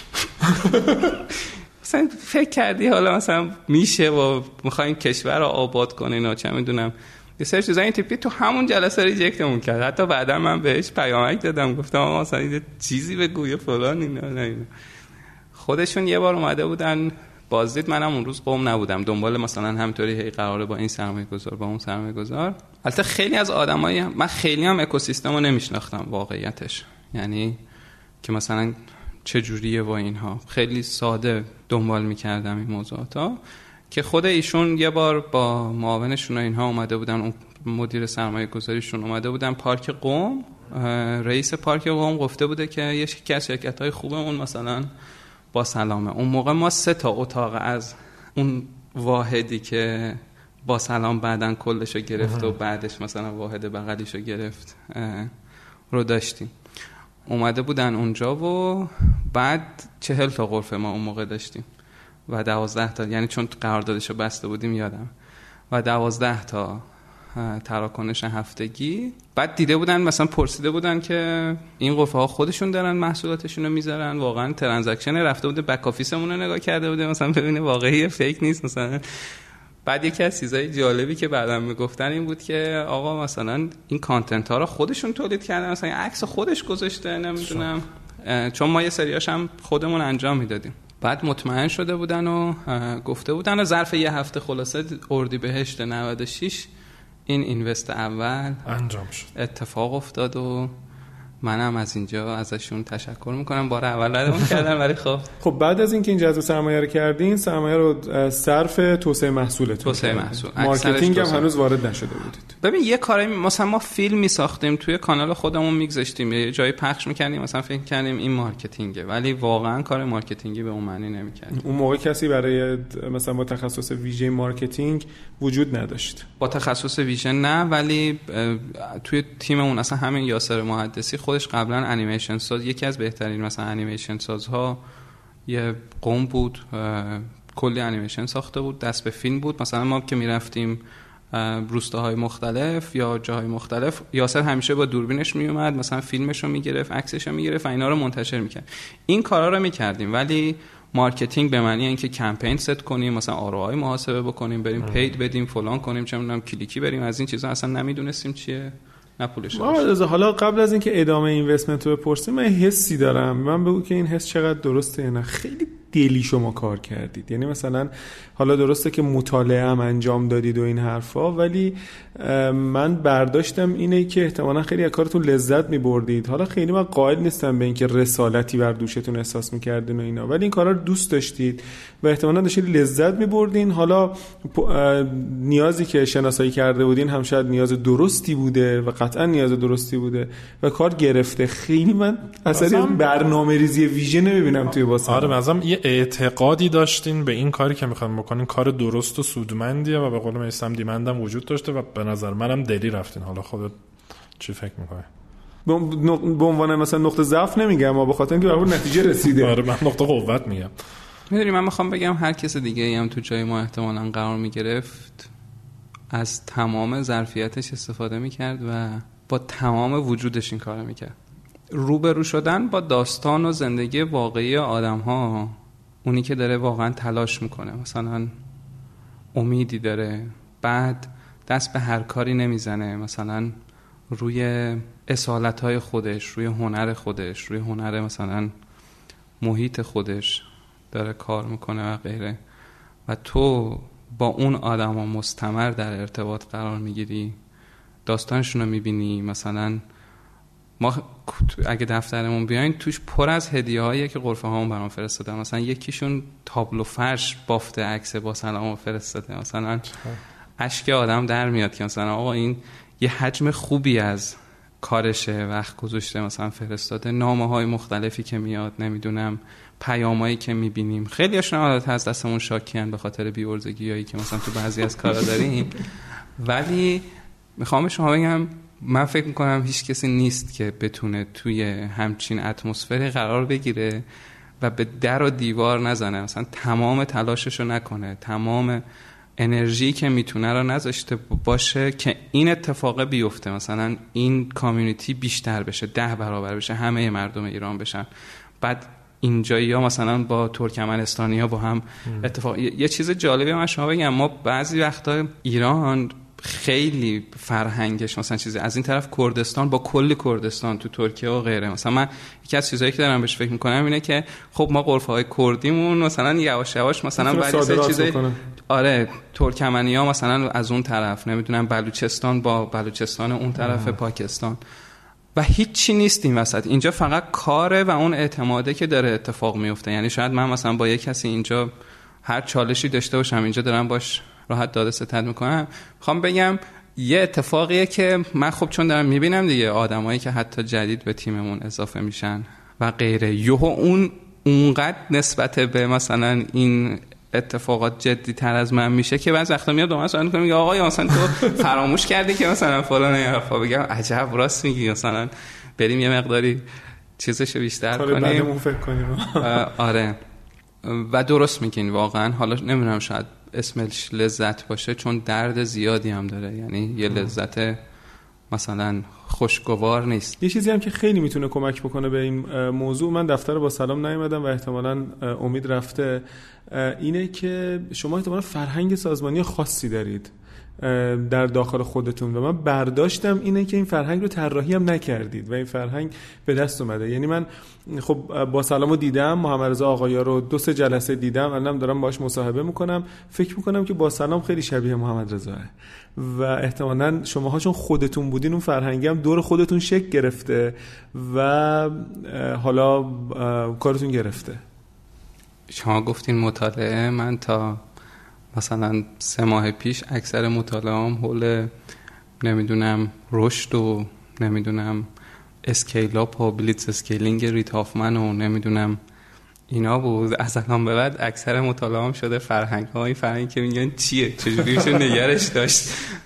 مثلا فکر کردی حالا مثلا میشه و میخوایم کشور رو آباد کنین و چه میدونم یه سری چیزا این تیپی، تو همون جلسه ریجکتمون کرد. حتی بعدا من بهش پیامک دادم گفتم آقا مثلا یه چیزی بگو یا فلان اینا. خودشون یه بار اومده بودن بازدید، منم اون روز قم نبودم، دنبال مثلا همینطوری هی قراره با این سرمایه‌گذار با اون سرمایه‌گذار. البته خیلی از آدمای من خیلی هم اکوسیستم رو نمیشناختم واقعیتش، یعنی که مثلا چه جوریه و اینها، خیلی ساده دنبال میکردم این موضوعاتا که خود ایشون یه بار با معاونشون و اینها اومده بودن اون مدیر سرمایه گذاریشون اومده بودن پارک قم، رئیس پارک قم گفته بوده که یکی از شرکت‌های خوبمون مثلا با سلامه. اون موقع ما 3 تا اتاق از اون واحدی که با سلام بعدن کلشو گرفت و بعدش مثلا واحد بغلیشو گرفت رو داشتیم. اومده بودن اونجا و بعد 40 تا غرفه ما اون موقع داشتیم و 12 تا، یعنی چون قراردادشو بسته بودیم یادم، و 12 تا تراکنش هفتگی. بعد دیده بودن مثلا پرسیده بودن که این غرفه ها خودشون دارن محصولاتشون رو میذارن، واقعا ترانزکشن رفته بوده بک آفیسمون رو نگاه کرده بوده مثلا ببینه واقعی فیک نیست مثلا. بعد یکی از چیزای جالبی که بعدم میگفتن این بود که آقا مثلا این کانتنت ها رو خودشون تولید کردن، مثلا عکس خودش گذاشته نمیدونم، چون ما یه سریاش هم خودمون انجام میدادیم. بعد مطمئن شده بودن و گفته بودن و ظرف یه هفته خلاصه اردیبهشت 96 این اینوست اول انجام شد، اتفاق افتاد و منم از اینجا ازشون تشکر میکنم. بار اول ردمون کردن ولی خب بعد از اینکه این جذب سرمایه رو کردین، سرمایه رو صرف توسعه محصولتون، توسعه محصول، مارکتینگ هم هنوز وارد نشده بودید. ببین یه کاری مثلا ما فیلم میساختیم توی کانال خودمون میگذاشتیم، یه جایی پخش میکردیم، مثلا فکر کردیم این مارکتینگه، ولی واقعا کار مارکتینگی به اون معنی نمیکردیم. اون موقع کسی برای مثلا با تخصص ویژه مارکتینگ وجود نداشت. با تخصص ویژه نه، ولی توی تیممون اصلا همین یاسر محدثی خودش قبلا انیمیشن ساز، یکی از بهترین مثلا انیمیشن سازها یه قم بود، کلی انیمیشن ساخته بود، دست به فیلم بود. مثلا ما که میرفتیم روستاهای مختلف یا جاهای مختلف، یاسر همیشه با دوربینش میومد مثلا فیلمشو میگرفت، عکسشو میگرفت و اینا رو منتشر میکرد. این کارا رو میکردیم، ولی مارکتینگ به معنی اینکه کمپین ست کنیم، مثلا آر‌ای محاسبه بکنیم، بریم پید بدیم، فلان کنیم، چه میدونم کلیکی بریم، از این چیزا اصلا نمیدونستیم چیه، نه پولش. حالا قبل از اینکه ادامه اینوستمنت رو بپرسیم، من حسی دارم، من بگو که این حس چقدر درسته. نه خیلی دلی شما کار کردید، یعنی مثلا حالا درسته که مطالعه هم انجام دادید و این حرفا، ولی من برداشتم اینه که احتمالاً خیلی از کارتون لذت می‌بردید. حالا خیلی من قائل نیستم به اینکه رسالتی بر دوشتون احساس می‌کردین و اینا، ولی این کارا رو دوست داشتید و احتمالاً داشتید لذت می‌بردین. حالا نیازی که شناسایی کرده بودین هم شاید نیاز درستی بوده و قطعاً نیاز درستی بوده و کار گرفته. خیلی من اصلا برنامه‌ریزی ویژه نمی‌بینم توی واسه. آره مثلا یه اعتقادی داشتین به این کاری که می‌خوایم بکنین کار درست و سودمندیه و به قول میثم دیمندم وجود داشته و به نظر منم دلی رفتین. حالا خودت چی فکر می‌کنی؟ به عنوان مثلا نقطه ضعف نمیگم، اما به خاطر اینکه به اون نتیجه رسیده. آره من نقطه قوت میگم. میدونی من میخوام بگم هر کس دیگه هم تو جای ما احتمالاً قرار میگرفت از تمام ظرفیتش استفاده میکرد و با تمام وجودش این کارو میکرد. روبرو شدن با داستان و زندگی واقعی آدم‌ها، اونی که داره واقعا تلاش میکنه، مثلا امیدی داره، بعد دست به هر کاری نمیزنه، مثلا روی اصالت‌های خودش، روی هنر خودش، روی هنر مثلا محیط خودش داره کار میکنه و غیره، و تو با اون آدم مستمر در ارتباط قرار میگیری، داستانشون رو میبینی. مثلا ما اگه دفترمون بیاین توش پر از هدیه هاییه که غرفه هامون برام فرستادن. مثلا یکیشون تابلو فرش بافته عکس با سلام فرستاده، مثلا اشک آدم در میاد که مثلا آقا این یه حجم خوبی از کارشه، وقت گذاشته مثلا فرستاده. نامه های مختلفی که میاد، نمیدونم پیامایی که میبینیم، خیلی هاشون عادت از دستمون شاکیان به خاطر بی‌عرضگیایی که مثلا تو بعضی از کارا داریم. ولی میخوام شما بگم من فکر میکنم هیچ کسی نیست که بتونه توی همچین اتمسفری قرار بگیره و به در و دیوار نزنه، مثلا تمام تلاششو نکنه، تمام انرژی که میتونه رو نذاشته باشه که این اتفاق بیفته، مثلا این کامیونیتی بیشتر بشه، 10 برابر بشه، همه مردم ایران بشن. بعد اینجایی ها مثلا با ترکمنستانی ها با هم اتفاق. یه چیز جالبی من شما بگم، ما بعضی وقتا ایران خیلی فرهنگش مثلا چیزی از این طرف کردستان با کل کردستان تو ترکیه و غیره. مثلا من یکی از چیزایی که دارم بهش فکر میکنم اینه که خب ما غرفه های کردیمون مثلا یواش یواش مثلا بعضی چیزای آره ترکمنی‌ها مثلا از اون طرف، نمیدونم بلوچستان با بلوچستان اون طرف پاکستان، و هیچی نیست این وسط. اینجا فقط کاره و اون اعتماده که داره اتفاق میفته. یعنی شاید من مثلا با یک کسی اینجا هر چالشی داشته باشم، اینجا دارم باش راحت داد ستد میکنم، میخوام بگم یه اتفاقیه که من خب چون دارم میبینم دیگه آدمایی که حتی جدید به تیممون اضافه میشن و غیره، یهو اونقدر نسبت به مثلا این اتفاقات جدی تر از من میشه که بعضی وقتا میاد دوما سوال میگه آقا مثلا تو فراموش کردی که مثلا فلان حرفا. بگم عجب راست میگی، مثلا بریم یه مقداری چیزشو بیشتر کنیم، بعدمون فکر کنیم. آره و درست میگین واقعا. حالا نمیدونم شاید اسمش لذت باشه چون درد زیادی هم داره، یعنی یه لذت مثلا خوشگوار نیست. یه چیزی هم که خیلی میتونه کمک بکنه به این موضوع، من دفتر با سلام نیومدم و احتمالاً امید رفته، اینه که شما احتمالاً فرهنگ سازمانی خاصی دارید در داخل خودتون و من برداشتم اینه که این فرهنگ رو طراحی هم نکردید و این فرهنگ به دست اومده. یعنی من خب با سلامو دیدم، محمد رضا آقایا رو 2-3 جلسه دیدم، الانم دارم باهاش مصاحبه میکنم، فکر میکنم که با سلام خیلی شبیه محمد رضاه و احتمالاً شماها چون خودتون بودین اون فرهنگی هم دور خودتون شکل گرفته و حالا کارتون گرفته. شما گفتین مطالعه، من تا مثلا 3 ماه پیش اکثر مطالعه‌ام حول نمیدونم رشد و نمیدونم اسکیل اپ و بلیتز اسکیلینگ ریت هافمن و نمیدونم اینا بود. از الان به بعد اکثر مطالعه‌ام شده فرهنگ‌های فرهنگی که میگن چیه، چجوری میشه نگرش داشت.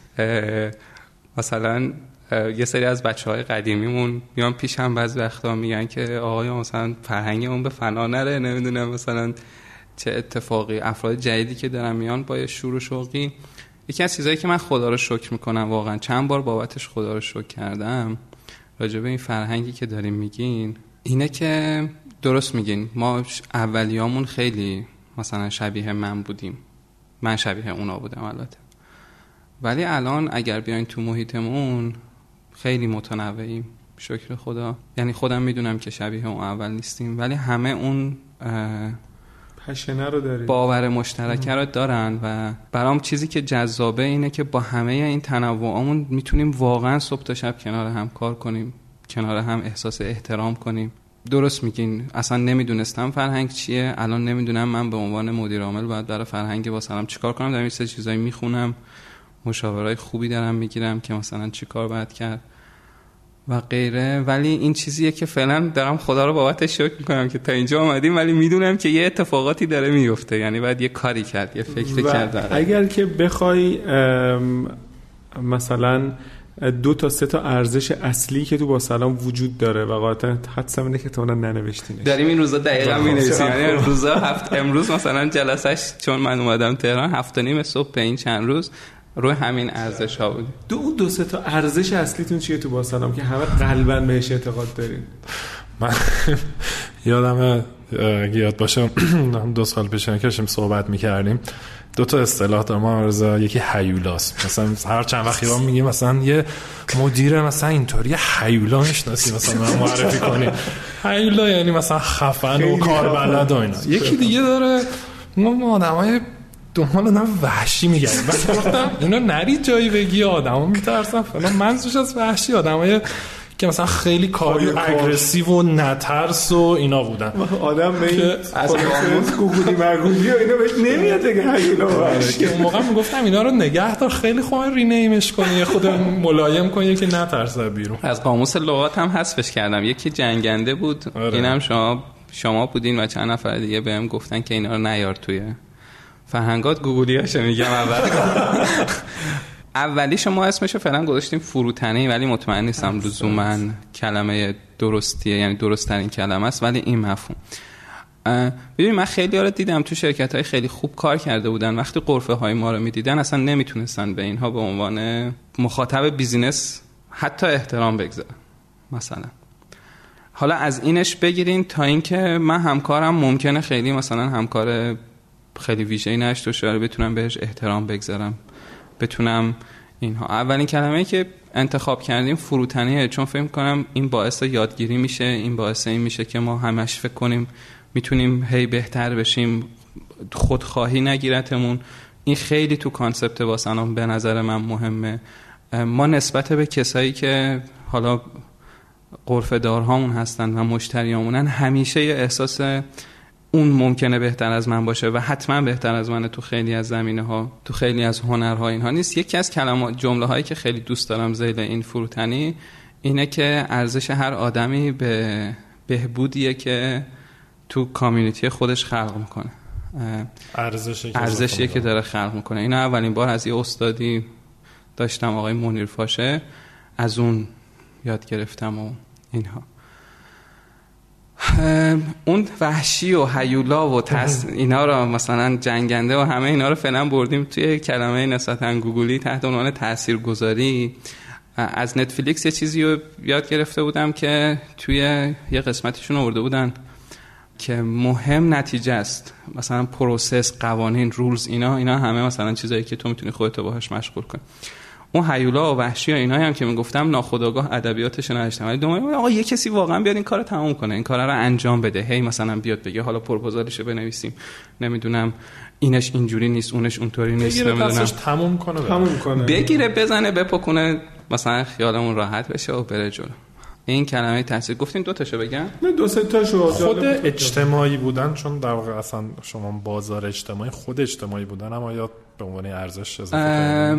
مثلا یه سری از بچه‌های قدیمیمون میان پیشم بعضی وقتا میگن که آقا مثلا فرهنگمون به فنا نره، نمیدونم مثلا چه اتفاقی. افراد جدیدی که دارن میان با شور و شوقی، یکی از چیزایی که من خدا رو شکر میکنم واقعا، چند بار بابتش خدا رو شکر کردم راجع به این فرهنگی که داریم میگین، اینه که درست میگین ما اولیامون خیلی مثلا شبیه من بودیم، من شبیه اونا بودم البته، ولی الان اگر بیاین تو محیطمون خیلی متنوعیم شکر خدا. یعنی خودم میدونم که شبیه اون اول نیستیم ولی همه اون پشنه رو داریم، باور مشترک رو دارن و برام چیزی که جذابه اینه که با همه این تنوعامون میتونیم واقعا صبح تا شب کنار هم کار کنیم، کنار هم احساس احترام کنیم. درست میگین، اصلا نمیدونستم فرهنگ چیه، الان نمیدونم من به عنوان مدیر عامل باید برای فرهنگ با سلام چیکار کنم. دارم یه سری چیزایی میخونم، مشاورهای خوبی دارم میگیرم که مثلا چیکار باید کرد و غیره، ولی این چیزیه که فعلا دارم خدا رو بابتش شکر میکنم که تا اینجا اومدیم، ولی میدونم که یه اتفاقاتی داره میفته، یعنی باید یه کاری کرد، یه فکر کرد. اگر که بخوای مثلا 2 تا 3 تا ارزش اصلی که تو با سلام وجود داره و قاطعا حدسم اینه که تو اون ننوشتینش، داریم این روزا دقیقاً می‌نویسیم. یعنی روزا امروز مثلا جلسهش چون من اومدم تهران 7:30 صبح به این چند روز روی همین ارزش ها بود. 2-3 تا ارزش اصلیتون چیه تو با سلام که همه قلباً بهش اعتقاد دارین؟ من یادم یاد باشه 2 سال پیش که داشتیم صحبت می‌کردیم 2 تا اصطلاح دارم ما، یکی هیولاست، مثلا هر چند وقتی ما میگیم مثلا یه مدیر مثلا اینطوری هیولا میشناسی مثلا معرفی کنی، هیولا یعنی مثلا خفن و کاربلد و اینا. یکی دیگه داره ما آدمای دنبال آدم وحشی میگردیم، وقتی گفتم اینا نرید جایی بگی آدما میترسن فلان، منظورش از وحشی آدمای که مثلا خیلی کاری اگریسیو و نترس و اینا بودن. آدم از قاموس کوکولی مرگولی و اینا بهش نمیاد دیگه هیولا که اون موقع میگفتم اینا رو نگه دار، خیلی خوب رینیمش کنی، خود ملایم کنی که نترسه بیرون. از قاموس لغات هم حذفش کردم. یکی جنگنده بود، اینم شما بودین و چند نفر دیگه بهم گفتن که اینا رو نیار توی فرهنگات گوگلیاشو میگم. اولیشو ما اسمشو فعلا گذاشتیم فروتنی، ولی مطمئن نیستم لزوما کلمه درستیه، یعنی درست ترین کلمه است، ولی این مفهوم. ببین من خیلی رو دیدم تو شرکت‌های خیلی خوب کار کرده بودن، وقتی غرفه های ما رو میدیدن اصلا نمیتونستن به اینها به عنوان مخاطب بیزینس حتی احترام بگذارن. مثلا حالا از اینش بگیرین تا اینکه من همکارم ممکنه خیلی مثلا همکار خیلی ویژه‌ای نشته باشه، بتونم بهش احترام بگذارم، بتونم اینها. اولین کلمه‌ای که انتخاب کردیم فروتنیه، چون فکر کنم این باعث یادگیری میشه، این باعث این میشه که ما همش فکر کنیم میتونیم هی بهتر بشیم، خودخواهی نگیرتمون. این خیلی تو کانسپت واسنام به نظر من مهمه. ما نسبت به کسایی که حالا غرفه دارهامون هستن و مشتریامونن همیشه یه احساس اون ممکنه بهتر از من باشه و حتما بهتر از منه تو خیلی از زمینه‌ها، تو خیلی از هنرها اینها نیست. یکی از جمله‌هایی که خیلی دوست دارم ذیل این فروتنی اینه که ارزش هر آدمی به بهبودیه که تو کامیونیتی خودش خلق میکنه. ارزشی که داره خلق میکنه. اینو اولین بار از یه استادی داشتم، آقای منیر فاشه، از اون یاد گرفتم و اینها. اون وحشی و هیولا و اینا رو مثلا جنگنده و همه اینا رو فعلا بردیم توی کلمه نسبتاً گوگلی تحت عنوان تاثیرگذاری. از نتفلیکس یه چیزی رو یاد گرفته بودم که توی یه قسمتشون آورده بودن که مهم نتیجه است، مثلا پروسس، قوانین، رولز، اینا همه مثلا چیزایی که تو میتونی خودت باهاش مشغول کنی. اون هیولا و وحشی و اینایی هم که میگفتم ناخودآگاه ادبیاتش نداشتم، ولی دومایی آقا یه کسی واقعا بیاد این کارو تموم کنه، این کارا رو انجام بده، هی مثلا بیاد بگه حالا پروپوزالشو بنویسیم، نمیدونم اینش اینجوری نیست، اونش اونطوری نیست، نمیدونم تموم کنه بگیره بزنه بپکنه، مثلا خیالمون راحت بشه و بره جلو. این کلمه تاثیر گفتین دو تاشو بگم؟ نه دو سه تاشو. خود اجتماعی بودن، چون در واقع اصلا شما بازار اجتماعی، خود اجتماعی بودن اما یا به عنوان ارزش اضافه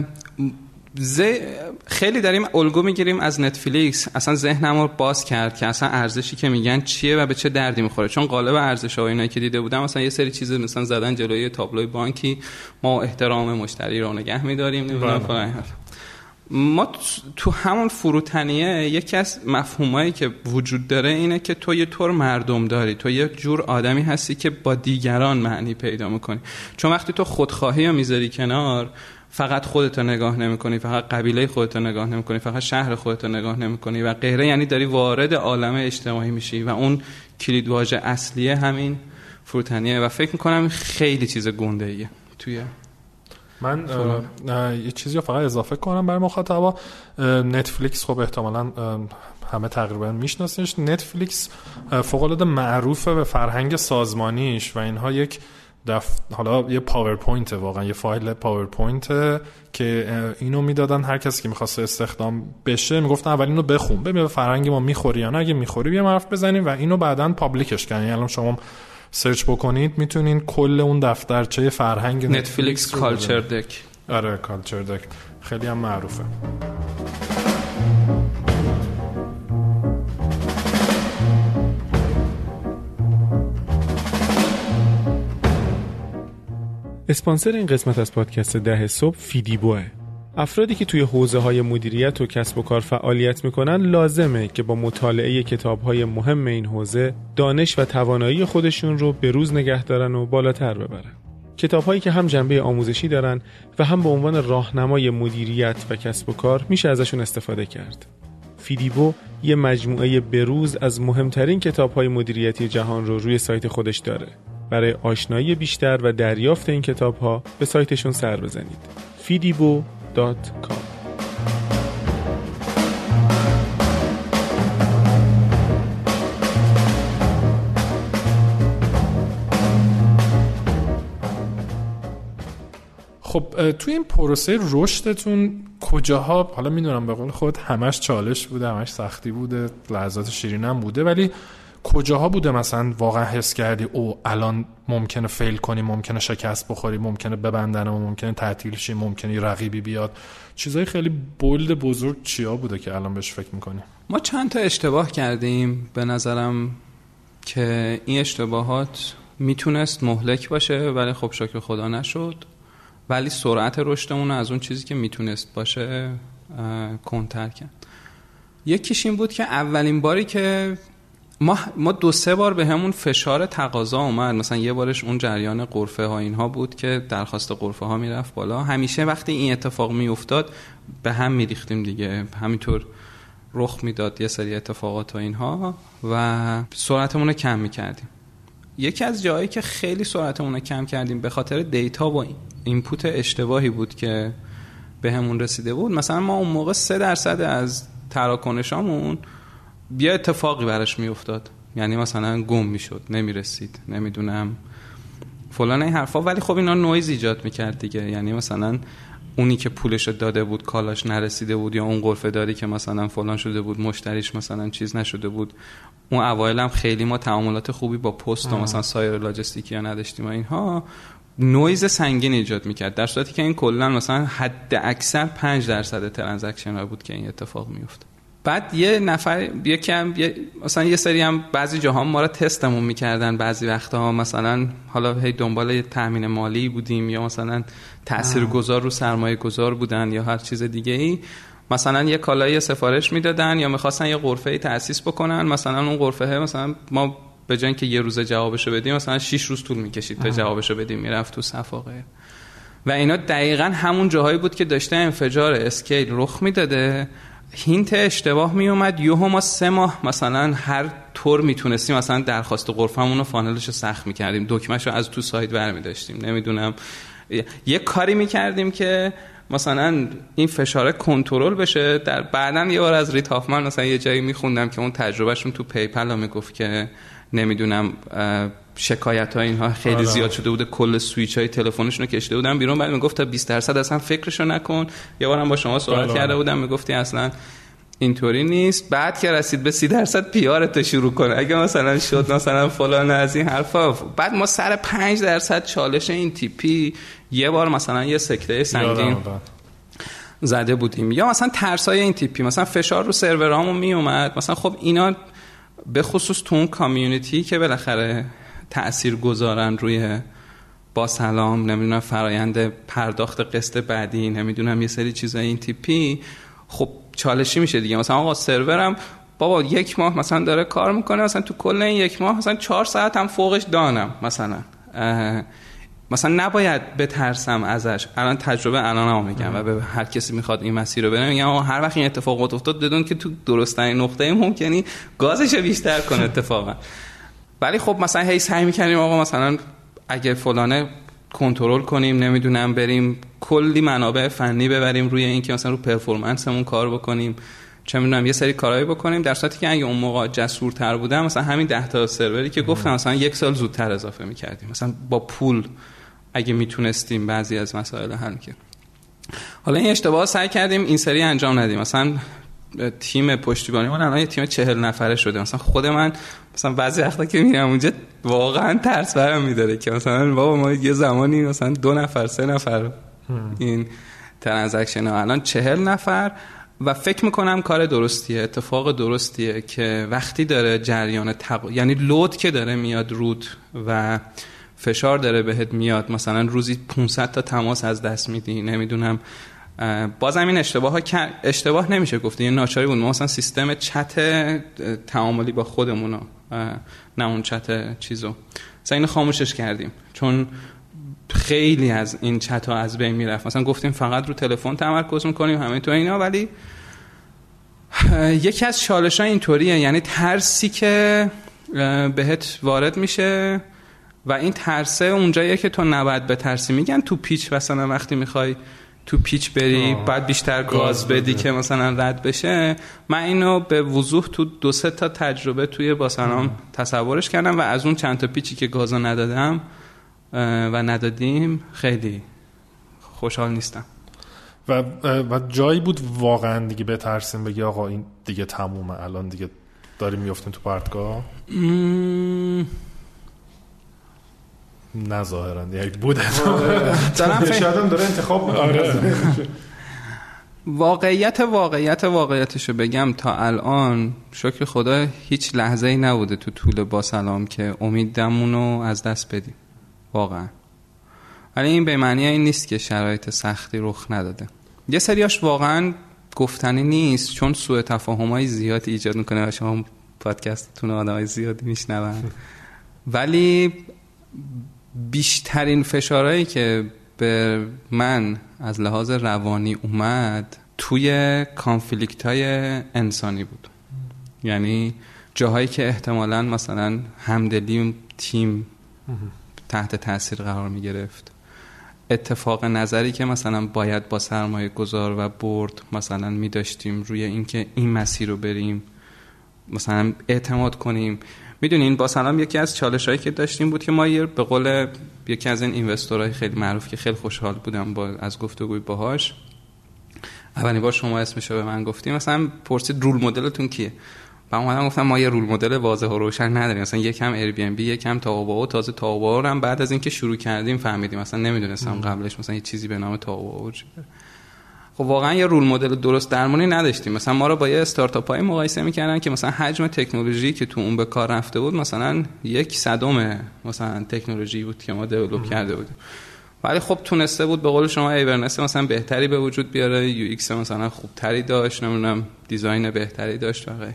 خیلی داریم الگو میگیریم از نتفلیکس. اصلا ذهنم رو باز کرد که اصلا ارزشی که میگن چیه و به چه دردی میخوره. چون قالب ارزش‌ها و اینایی که دیده بودم مثلا یه سری چیز مثلا زدن جلوی تابلوی بانکی، ما احترام مشتری رو نگه می‌داریم، نمیدونم فلان. ما تو همون فروتنیه یکی از مفهومایی که وجود داره اینه که تو یه طور مردم داری، تو یه جور آدمی هستی که با دیگران معنی پیدا میکنی. چون وقتی تو خودخواهی رو میذاری کنار، فقط خودت رو نگاه نمیکنی، فقط قبیله خودت رو نگاه نمیکنی، فقط شهر خودت رو نگاه نمیکنی و غیره، یعنی داری وارد عالم اجتماعی میشی و اون کلیدواژه اصلیه همین فروتنیه و فکر میکنم خیلی چیز گنده‌ایه توی. من یه چیزی رو فقط اضافه کنم برای مخاطبا. نتفلیکس خب احتمالاً همه تقریبا میشناسیش. نتفلیکس فوق‌العاده معروفه به فرهنگ سازمانیش و اینها یک حالا یه پاورپوینت، واقعا یه فایل پاورپوینت که اینو میدادن هر کسی که می‌خواد استخدام بشه میگفتن اول اینو بخون ببین به فرهنگ ما میخوری یا نه، اگه میخوری بیا حرف بزنیم و اینو بعداً پابلیکش کنین. الان شما سرچ بکنید میتونین کل اون دفترچه فرهنگ نتفلیکس کالچر دک. آره کالچر دک خیلی هم معروفه. اسپانسر این قسمت از پادکست 10 صبح فیدیبوه. افرادی که توی حوزه‌های مدیریت و کسب و کار فعالیت میکنن لازمه که با مطالعه کتاب‌های مهم این حوزه دانش و توانایی خودشون رو به روز نگه دارن و بالاتر ببرن. کتاب‌هایی که هم جنبه آموزشی دارن و هم به عنوان راهنمای مدیریت و کسب و کار میشه ازشون استفاده کرد. فیدیبو یه مجموعه بروز از مهمترین کتاب‌های مدیریتی جهان رو روی سایت خودش داره. برای آشنایی بیشتر و دریافت این کتاب‌ها به سایتشون سر بزنید. fidibo.com. خب توی این پروسه رشدتون کجاها، حالا میدونم به قول خود همش چالش بوده، همش سختی بوده، لحظات شیرین هم بوده، ولی کجاها بوده مثلا واقعا حس کردی او الان ممکنه فیل کنی، ممکنه شکست بخوری، ممکنه ببندن و ممکنه تعطیل شی، ممکنه رقیبی بیاد؟ چیزای خیلی بولد بزرگ چیا بوده که الان بهش فکر میکنی؟ ما چند تا اشتباه کردیم به نظرم که این اشتباهات میتونست مهلک باشه ولی خب شکر خدا نشد، ولی سرعت رشدمون از اون چیزی که میتونست باشه کنتر کرد. یکیش این بود که اولین باری که ما 2-3 بار به همون فشار تقاضا اومد، مثلا یه بارش اون جریان غرفه ها اینها بود که درخواست غرفه ها میرفت بالا. همیشه وقتی این اتفاق میافتاد به هم میریختیم دیگه، همینطور رخ میداد یه سری اتفاقات و اینها و سرعتمون رو کم میکردیم. یکی از جایی که خیلی سرعتمون رو کم کردیم به خاطر دیتا و اینپوت اشتباهی بود که به همون رسیده بود. مثلا ما اون موقع 3% از تراکنشامون بیا اتفاقی براش میافتاد، یعنی مثلا گم میشد، نمیرسید، نمیدونم فلان این حرفا، ولی خب اینا نویز ایجاد میکرد دیگه. یعنی مثلا اونی که پولش داده بود کالاش نرسیده بود، یا اون غرفه داری که مثلا فلان شده بود مشتریش مثلا چیز نشده بود. اون اوایل هم خیلی ما تعاملات خوبی با پست و مثلا سایر لاجستیکی ها نداشتیم و اینها نویز سنگین ایجاد میکرد، در صورتی که این کلا مثلا حد اکثر 5% ترانزکشن ها بود که این اتفاق میفته. بعد یه نفر مثلا یه سری هم بعضی جاها ما رو تستمون میکردن، بعضی وقتا مثلا حالا هی دنبال تامین مالی بودیم یا مثلا تاثیرگذار رو سرمایه گذار بودن یا هر چیز دیگه ای، مثلا یه کالایی سفارش میدادن یا میخواستن یه غرفه تأسیس بکنن، مثلا اون غرفه مثلا ما به جای اینکه یه روز جوابشو بدیم مثلا 6 روز طول میکشید تا جوابشو بدیم، میرفت تو صفاقه و اینا دقیقاً همون جاهایی بود که داشته انفجار اسکیل رخ میداده. هینت اشتباه می اومد، یهو ما 3 ماه مثلا هر طور میتونستیم مثلا درخواست غرفمون رو فانلش رو سخت میکردیم، دکمه‌شو از تو سایت برمی داشتیم، نمیدونم یه کاری میکردیم که مثلا این فشاره کنترل بشه. در بعداً یه بار از ریت هافمن مثلا یه جایی میخوندم که اون تجربهشون تو پیپل ها میگفت که نمیدونم شکایت ها اینها خیلی زیاد شده بوده، کل سویچ های تلفنشون رو کشیده بودن بیرون، بعد میگفت تا 20% اصلا فکرشو نکن. یه بارم با شما صحبت کرده بودم میگفتی اصلا اینطوری نیست، بعد که رسید به 30% پیارت شروع کنه اگه مثلا شد مثلا فلان از این حرفا. بعد ما سر 5% چالش این تیپی یه بار مثلا یه سکته سنگین زده بودیم، یا مثلا ترسای این تیپی مثلا فشار رو سرورامون می اومد مثلا. خب اینا به خصوص تو اون کامیونیتی که بالاخره تأثیر گذارن روی با سلام نمیدونم فرایند پرداخت قسط بعدی نمیدونم یه سری چیزای این تیپی، خب چالشی میشه دیگه. مثلا آقا سرورم بابا 1 ماه مثلا داره کار میکنه، مثلا تو کل این 1 ماه مثلا 4 ساعت هم فوقش دانم مثلا نباید بترسم ازش. الان تجربه الانم میگم و به هر کسی میخواد این مسیر رو بره میگم هر وقت این اتفاق افتاد بدون که تو درست‌ترین نقطه ممکنی گازشو بیشتر کنه اتفاقا. ولی خب مثلا هی سعی میکنیم آقا مثلا اگه فلانه کنترل کنیم، نمیدونم بریم کلی منابع فنی ببریم روی این که مثلا رو پرفورمنسمون کار بکنیم، چه میدونم یه سری کارایی بکنیم، در صورتی که اگه اون موقع جسورتر بودم مثلا همین 10 تا سروری که گفتم مثلا 1 سال زودتر اضافه میکردیم، مثلا با پول اگه میتونستیم بعضی از مسائل حل کنیم. حالا این اشتباه سعی کردیم این سری انجام ندیم. مثلا تیم پشتیبانی من الان یه تیم 40 نفره شده. مثلا خود من مثلا بعضی وقتا که میرم اونجا واقعا ترس برم میداره که مثلا بابا ما یه زمانی مثلا 2 نفر 3 نفر این ترانزکشن ها الان 40 نفر و فکر میکنم کار درستیه، اتفاق درستیه که وقتی داره جریان یعنی لود که داره میاد رود و فشار داره بهت میاد، مثلا روزی 500 تا تماس از دست میدی، نمیدونم بازم این اشتباه نمیشه گفت، یه ناچاری بود. ما مثلا سیستم چت تعاملی با خودمونو نه اون چت چیزو مثلا اینو خاموشش کردیم چون خیلی از این چت ها از بین میرفت. مثلا گفتیم فقط رو تلفن تمرکز میکنیم همه تو اینا، ولی یکی از چالش ها اینطوریه، یعنی ترسی که بهت وارد میشه و این ترسه اونجاییه که تو نباید بترسی. میگن تو پیچ مثلا وقتی میخوای تو پیچ بری بعد بیشتر گاز بدی که مثلا رد بشه. من اینو به وضوح تو 2-3 تا تجربه توی با سلام تصورش کردم و از اون چند تا پیچی که گازو ندادم و ندادیم خیلی خوشحال نیستم. و جایی بود واقعا دیگه بترسیم بگی آقا این دیگه تمومه الان دیگه داریم میافتیم تو پرتگاه؟ نه ظاهرا یعنی بود شاید هم داره انتخاب میکنه. واقعیتشو بگم تا الان شکر خدا هیچ لحظه‌ای نبوده تو طول با سلام که امیدمونو از دست بدیم واقعا. ولی این به معنی این نیست که شرایط سختی رخ نداده. یه سریاش واقعا گفتنی نیست چون سوء تفاهم‌های زیادی ایجاد میکنه و شما پادکستتون آدمای زیادی میشنون. ولی بیشترین فشارهایی که به من از لحاظ روانی اومد توی کانفلیکت‌های انسانی بود. یعنی جاهایی که احتمالاً مثلا همدلی تیم تحت تاثیر قرار می گرفت، اتفاق نظری که مثلا باید با سرمایه گذار و بورد مثلا می داشتیم روی اینکه این مسیر رو بریم، مثلا اعتماد کنیم. میدونین با سلام یکی از چالشایی که داشتیم بود که ما به قول یکی از این اینوستورهای خیلی معروف که خیلی خوشحال بودم از گفتگوی باهاش، اولین بار شما اسمشو به من گفتیم، مثلا پرسید رول مدلتون کیه؟ و اومدم گفتم ما یه رول مدل واضح و روشن نداریم، مثلا یکم ایر بی ام بی، یکم تاوباو. تازه تاوباو رو هم بعد از اینکه شروع کردیم فهمیدیم، مثلا نمیدونستم قبلش مثلا یه چیزی به نام تاوباو وجود داره. خب واقعا یه رول مدل درست درمانی نداشتیم. مثلا ما رو با یه استارتاپ‌های مقایسه می‌کردن که مثلا حجم تکنولوژی که تو اون به کار رفته بود مثلا 1/100 مثلا تکنولوژی بود که ما دیولپ کرده بودیم، ولی خب تونسته بود به قول شما ایورنس مثلا بهتری به وجود بیاره، یو ایکس مثلا خوبتری داشت، نمیدونم دیزاین بهتری داشت و غیره.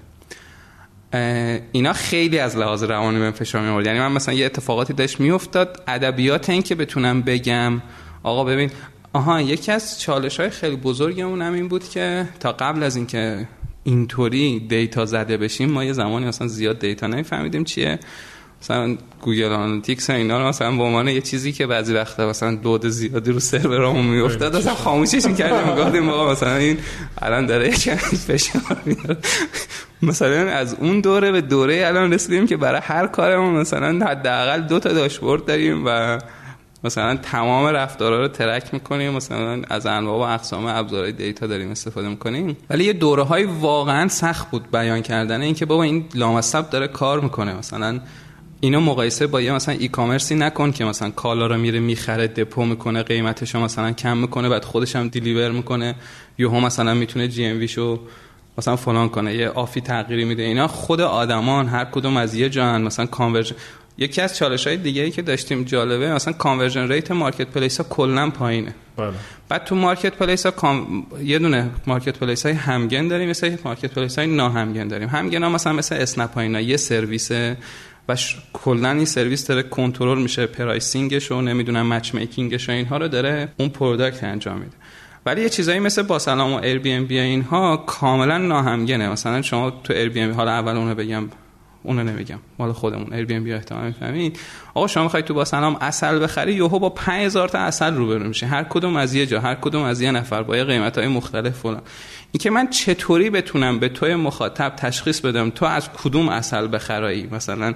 اینا خیلی از لحاظ روانی بهم فشار می‌آورد. یعنی من مثلا یه اتفاقاتی داشت میافتاد، ادبیات این که بتونم بگم آقا ببین یکی از چالش‌های خیلی بزرگمون هم این بود که تا قبل از اینکه اینطوری دیتا زده بشیم ما یه زمانی مثلا زیاد دیتا نمی‌فهمیدیم چیه، مثلا گوگل آنالیتیکس اینا رو مثلا به عنوان یه چیزی که بعضی وقتا مثلا لود زیادی رو سرورامون میافتاد مثلا خاموشش می‌کردیم، میگفتیم آقا مثلا این الان داره یه فشار میاره. مثلا از اون دوره به دوره الان رسیدیم که برای هر کارمون مثلا حداقل 2 تا داشبورد داریم و مثلا تمام رفتارا رو ترک میکنیم، مثلا از انواع و اقسام ابزارهای دیتا داریم استفاده میکنیم. ولی یه دوره‌های واقعا سخت بود بیان کردن این که بابا این لامصب داره کار میکنه، مثلا اینو مقایسه با یه مثلا ای کامرسی نکن که مثلا کالا رو میره میخره، دپو میکنه، قیمتش رو مثلا کم میکنه، بعد خودش هم دیلیور میکنه، یهو مثلا میتونه جی ام وی شو مثلا فلان کنه، یه آفی تغییری میده. اینا خود آدمان هر کدوم از یه جان مثلا کانورژن. یکی از چالش‌های دیگه‌ای که داشتیم جالبه، مثلا کانورژن ریت مارکت پلیس‌ها کلاً پایینه. بله. بعد تو مارکت پلیس‌ها یه دونه مارکت پلیس‌های همگن داریم، مثلا مارکت پلیس‌های ناهمگن داریم. همگن‌ها مثلا مثل اسنپ اینا یه سرویسه و کلاً این سرویس داره کنترل میشه، پرایسینگش و نمیدونم مچ میکینگش و اینها رو داره اون پروداکت انجام میده. ولی یه چیزایی مثل با سلام و ایر بی ام بی اینها کاملا ناهمگنه. مثلا شما تو ایر بی ام بی، حالا اول اونو بگم اونو نمیگم، مال خودمون ایر بی ام بی احتمال میفهمید. آقا شما میخوای تو با سلام عسل بخری، یهو با 5000 تا عسل روبرو میشه، هر کدوم از یه جا، هر کدوم از یه نفر، با قیمت‌های مختلف فلان. این که من چطوری بتونم به توی مخاطب تشخیص بدم تو از کدوم عسل بخرایی مثلا،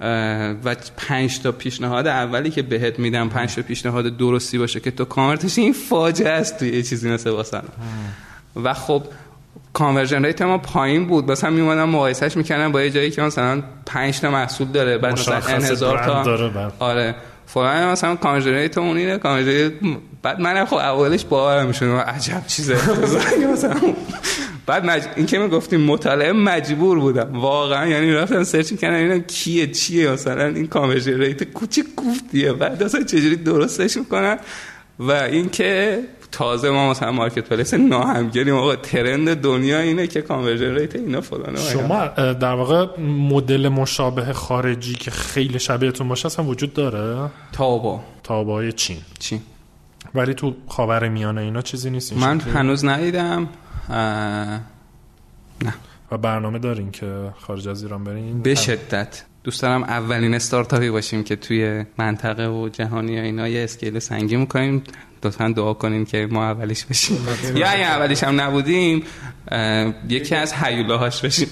و 5 تا پیشنهاد اولی که بهت میدم 5 تا پیشنهاد درستی باشه که تو کانورتش، این فاجعه است توی یه چیزی مثل واسه. و خب کانورژن ریت ما پایین بود، مثلا میومدم مقایسهش میکردم با یه جایی که مثلا 5 تا محصول داره، بعد مثلا 1000 تا آره فلان، مثلا کانورژن ریت اون اینه، کانورژن بعد منم خب اولش باورم میشد عجب چیزه مثلا. بعد این که میگفتیم مطالعه مجبور بودم واقعا، یعنی رفتم سرچ کردم اینا کیه چیه، مثلا این کانورژن ریت کوچیک گفتیه، بعد اصلا چجوری درستش میکنن. و این که تازه ما مثلا مارکت پلیس ناهمگنیم، آقا ترند دنیا اینه که کانورژن ریت اینا فلانه. شما در واقع مدل مشابه خارجی که خیلی شبیهتون باشه اصلا وجود داره؟ تاوبای چین. ولی تو خاورمیانه اینا چیزی نیست؟ من هنوز ندیدم. نه. و برنامه دارین که خارج از ایران برین؟ به شدت دوست دارم اولین استارتاپی باشیم که توی منطقه و جهانی اینا یه اسکیل سنگین می‌کنیم. لطفاً دعا کنین که ما اولیش بشیم یا اگه اولیش هم نبودیم یکی از هیولاهاش بشیم.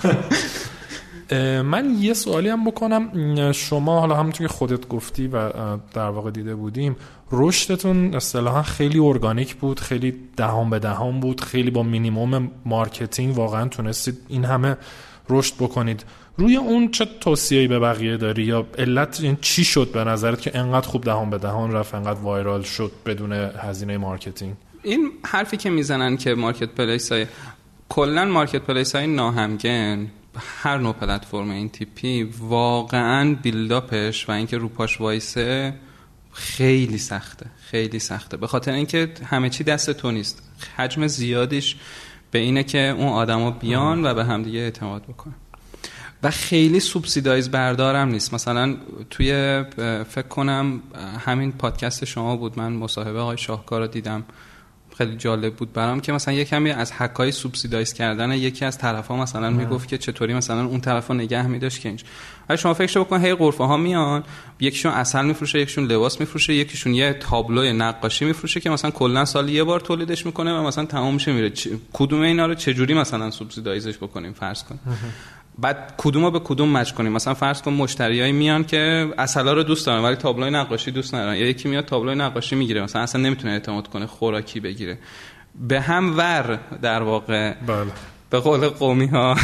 من یه سوالی هم بکنم، شما حالا همونطور که خودت گفتی و در واقع دیده بودیم رشدتون اصطلاحاً خیلی ارگانیک بود، خیلی دهان به دهان بود، خیلی با مینیمم مارکتینگ واقعاً تونستید این همه رشد بکنید. روی اون چه توصیه‌ای به بقیه داری یا علت این چی شد به نظرت که انقدر خوب دهان به دهان رفت، انقدر وایرال شد بدون هزینه مارکتینگ؟ این حرفی که میزنن که مارکت پلیس‌های کلاً مارکت پلیس‌های ناهمگن، هر نوع پلتفرم این تیپی واقعاً بیلداپش و اینکه رو پاش وایسه خیلی سخته به خاطر اینکه همه چی دست تو نیست. حجم زیادیش به اینه که اون آدما بیان و به همدیگه اعتماد بکنن و خیلی سوبسیدایز بردارم نیست. مثلا توی فکر کنم همین پادکست شما بود، من مصاحبه آقای شاهکار رو دیدم، خیلی جالب بود برام که مثلا یک کمی از حکای سوبسیدایز کردن یکی از طرفا مثلا میگفت که چطوری مثلا اون طرفو نگه می‌داشت که اینج. ولی شما فکر بکن هی غرفه ها میان، یکیشون عسل میفروشه، یکیشون لباس میفروشه، یکیشون یه تابلوی نقاشی میفروشه که مثلا کلا سال یه بار تولیدش میکنه و مثلا تمام میشه میره. کدوم اینا رو چجوری مثلا سوبسیدایزش بکنیم فرض کن. بعد کدومو به کدوم مچ کنیم. مثلا فرض کن مشتریایی میان که عسلا رو دوست دارن ولی تابلوی نقاشی دوست ندارن، یا یکی میاد تابلوی نقاشی میگیره مثلا اصلا نمیتونه اعتماد کنه خوراکی بگیره، به هم ور در واقع بله. به قول قومی ها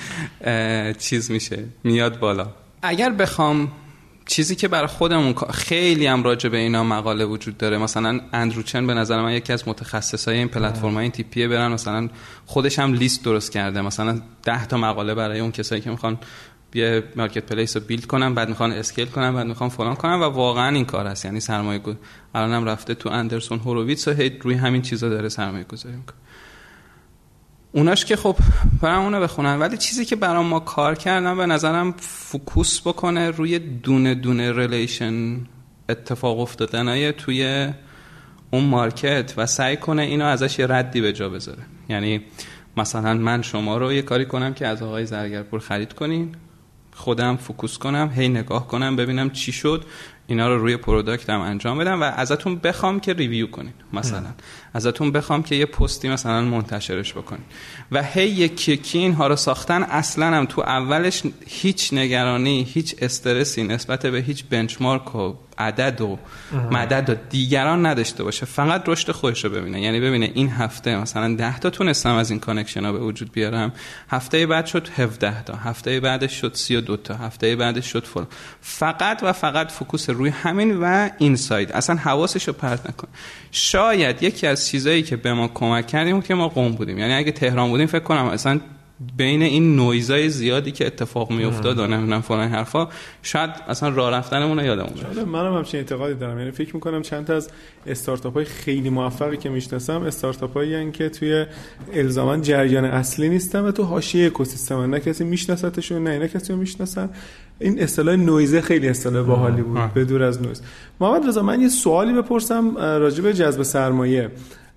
چیز میشه، میاد بالا. اگر بخوام چیزی که برای خودمون خیلی هم راجع به اینا مقاله وجود داره، مثلا اندرو چن به نظر من یکی از متخصصای این پلتفرم‌های این تیپیه، برن مثلا خودش هم لیست درست کرده، مثلا 10 تا مقاله برای اون کسایی که میخوان یه مارکت پلیس رو بیلد کنن، بعد میخوان اسکیل کنن، بعد میخوان فلان کنن و واقعا این کار هست. یعنی سرمایه‌گذاری الانم رفته تو اندرسون هوروویتس و روی همین چیزا داره سرمایه‌گذاری میکنه. اوناش که خب برام اونو بخونن، ولی چیزی که برام ما کار کردن به نظرم فوکوس بکنه روی دونه دونه ریلیشن اتفاق افتادنای توی اون مارکت و سعی کنه اینو ازش یه ردی به جا بذاره. یعنی مثلا من شما رو یه کاری کنم که از آقای زرگرپور خرید کنین، خودم فوکوس کنم، هی نگاه کنم ببینم چی شد، اینا رو روی پروداکتم انجام بدم و ازتون بخوام که ریویو کنین، مثلا ازتون بخوام که یه پستی مثلا منتشرش بکنین و هی یکی یکی اینها رو ساختن. اصلا هم تو اولش هیچ نگرانی، هیچ استرسی نسبت به هیچ بنچمارک و عدد و مدد و دیگران نداشته باشه، فقط رشد خودش رو ببینه. یعنی ببینه این هفته مثلا 10 تا تونستم از این کانکشن ها به وجود بیارم، هفته بعد شد 17 تا، هفته بعدش شد 32 تا، هفته بعدش شد فلان. فقط و فقط فوکوس روی همین و اینساید، اصلا حواسش رو پرت نکن. شاید یکی از چیزایی که به ما کمک کردیم بود که ما قم بودیم. یعنی اگه تهران بودیم فکر کنم اصلا بین این نویزای زیادی که اتفاق میافتاد و نمیدونم فلان حرفا شاید اصلا راه رفتنمون رو یادمون بره. منم همچین اعتقادی دارم. یعنی فکر میکنم چند تا از استارتاپ‌های خیلی موفقی که میشناسم استارتاپ‌هایی هستن که توی الزاما جریان اصلی نیستن و تو حاشیه اکوسیستم، نه کسی میشناستشون نه کسی رو میشناسن. این اصطلاح نویزه خیلی اصطلاح باحالی بود، به دور از نویز. محمد رضا، من یه سوالی بپرسم راجع به جذب سرمایه.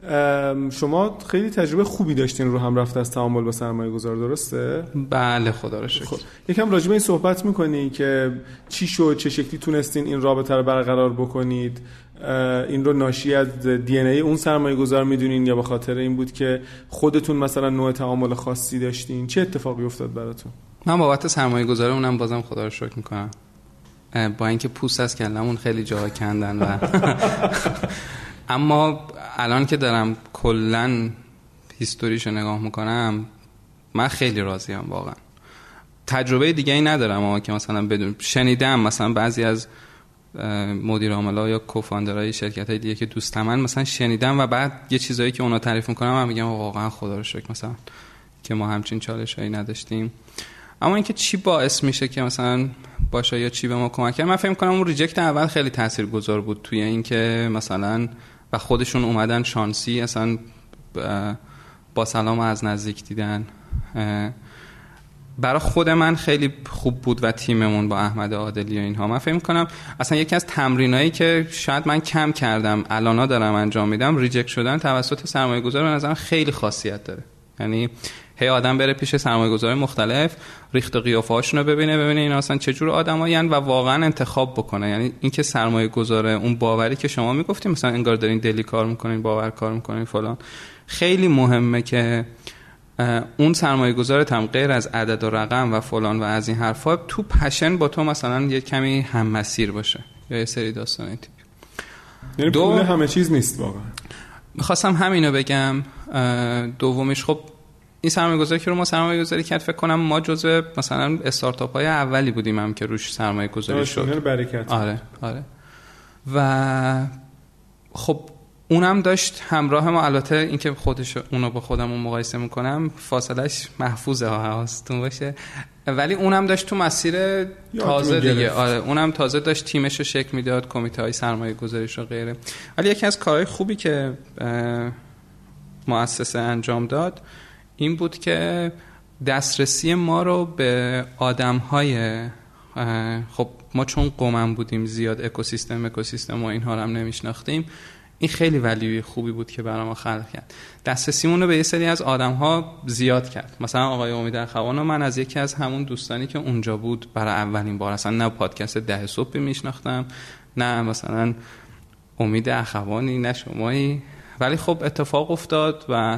شما خیلی تجربه خوبی داشتین رو هم رفته از تعامل با سرمایه‌گذار، درسته؟ بله خدا رو شکر. یکم راجع به این صحبت می‌کنی که چی شد، چه شکلی تونستین این رابطه رو برقرار بکنید؟ این رو ناشی از دی ان ای اون سرمایه‌گذار می‌دونین یا به خاطر این بود که خودتون مثلا نوع تعامل خاصی داشتین؟ چه اتفاقی افتاد براتون؟ من بابت سرمایه‌گذاری اونم بازم خدا رو شکر می‌کنم، با اینکه پوست از کلمون خیلی جا کندن و اما الان که دارم کلن هیستوریشو نگاه میکنم من خیلی راضیم واقعا. تجربه دیگه ای ندارم اما که مثلا بدون شنیدم مثلا بعضی از مدیر عاملا یا کوفاندرهای شرکت‌های دیگه که دوستم مثلا شنیدم و بعد یه چیزایی که اونا تعریف میکنم من میگم واقعا خدا رو شکر مثلا که ما همچین چالشایی نداشتیم. اما اینکه چی باعث میشه که مثلا باشه یا چی به ما کمک کرد، من فکر می‌کنم اون ریجکت اول خیلی تاثیرگذار بود توی اینکه مثلا و خودشون اومدن شانسی اصلا با سلام از نزدیک دیدن. برای خود من خیلی خوب بود و تیممون با احمد عادلی و اینها. من فکر می‌کنم اصلا یکی از تمرینایی که شاید من کم کردم الانا دارم انجام میدم، ریجکت شدن توسط سرمایه‌گذار به نظرم خیلی خاصیت داره. یعنی هی آدم بره پیش سرمایه‌گذار مختلف، ریخت و قیافه‌هاشون رو ببینه اینا اصلا چه جور آدمایین و واقعا انتخاب بکنه. یعنی اینکه سرمایه‌گذار اون باوری که شما میگفتید مثلا انگار دارین دلی کار میکنین، باور کار میکنین فلان، خیلی مهمه که اون سرمایه‌گذارت هم غیر از عدد و رقم و فلان و از این حرفا تو پشن با تو مثلا یه کمی هم مسیر باشه یا یه سری داستان این تیپی. یعنی پول همه چیز نیست واقعا. می‌خواستم همینو بگم. دومیش خب این سرمایه‌گذاری که رو ما سرمایه‌گذاری کرد فکر کنم ما جزو مثلا استارتاپ‌های اولی بودیم هم که روش سرمایه‌گذاری شد. برکت. آره. و خب اونم داشت همراه ما، البته اینکه خودش اونو با خودمون مقایسه میکنم فاصلش محفوظه ها حواستون باشه، ولی اونم داشت تو مسیر تازه دیگه. آره اونم تازه داشت تیمش رو شکل میداد، کمیته های سرمایه گذاریش و غیره. ولی یکی از کارهای خوبی که مؤسسه انجام داد این بود که دسترسی ما رو به آدم‌های خب ما چون قومم بودیم زیاد اکوسیستم و اینها رو هم نمیشناختیم، این خیلی ولیوی خوبی بود که برای ما خلق کرد. دسترسیمون رو به یه سری از آدم‌ها زیاد کرد. مثلا آقای امید اخوان من از یکی از همون دوستانی که اونجا بود برای اولین بار اصلا نه پادکست 10 صبح میشناختم نه مثلا امید اخوانی نه شمایی، ولی خب اتفاق افتاد و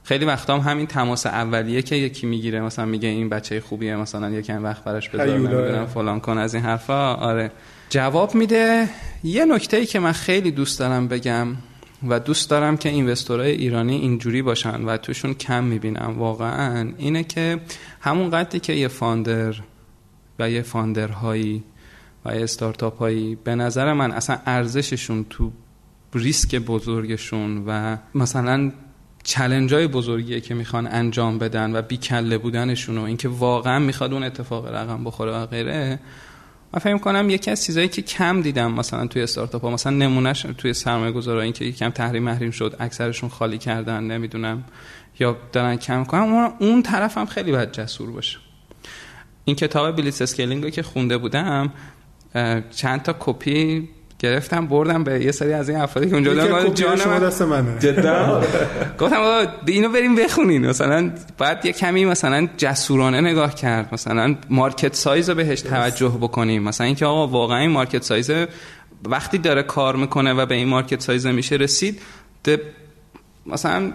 خیلی وقتا هم همین تماس اولیه که یکی میگیره مثلا میگه این بچه خوبیه مثلا یکم وقت براش بذار نمیدونم فلان کن از این حرفا، آره جواب میده. یه نکته‌ای که من خیلی دوست دارم بگم و دوست دارم که اینوستورهای ایرانی اینجوری باشن و توشون کم میبینم واقعا، اینه که همون قدری که یه فاندر و یه فاندرهایی و یه استارتاپ هایی به نظر من اصلا ارزششون تو ریسک بزرگشون و مثلا چالش های بزرگیه که میخوان انجام بدن و بیکله بودنشون و اینکه واقعا میخواد اون اتفاق رقم بخوره و غیره، من فکر می‌کنم یکی از چیزایی که کم دیدم مثلا توی استارتاپ ها، مثلا نمونهش توی سرمایه‌گذارا این که یکم تحریم محریم شد، اکثرشون خالی کردن نمیدونم یا دارن کم کنن، اون طرفم خیلی باید جسور باشه. این کتاب بلیتز اسکیلینگ رو که خونده بودم چند تا کپی گرفتم بردم به یه سری از این افرادی که اونجا بودن، جان من دست منه جدا گفتم آقا اینو بریم بخونین، مثلا باید یه کمی مثلا جسورانه نگاه کرد، مثلا مارکت سایز رو بهش توجه بکنیم، مثلا اینکه آقا واقعا این مارکت سایز وقتی داره کار میکنه و به این مارکت سایز میشه رسید مثلا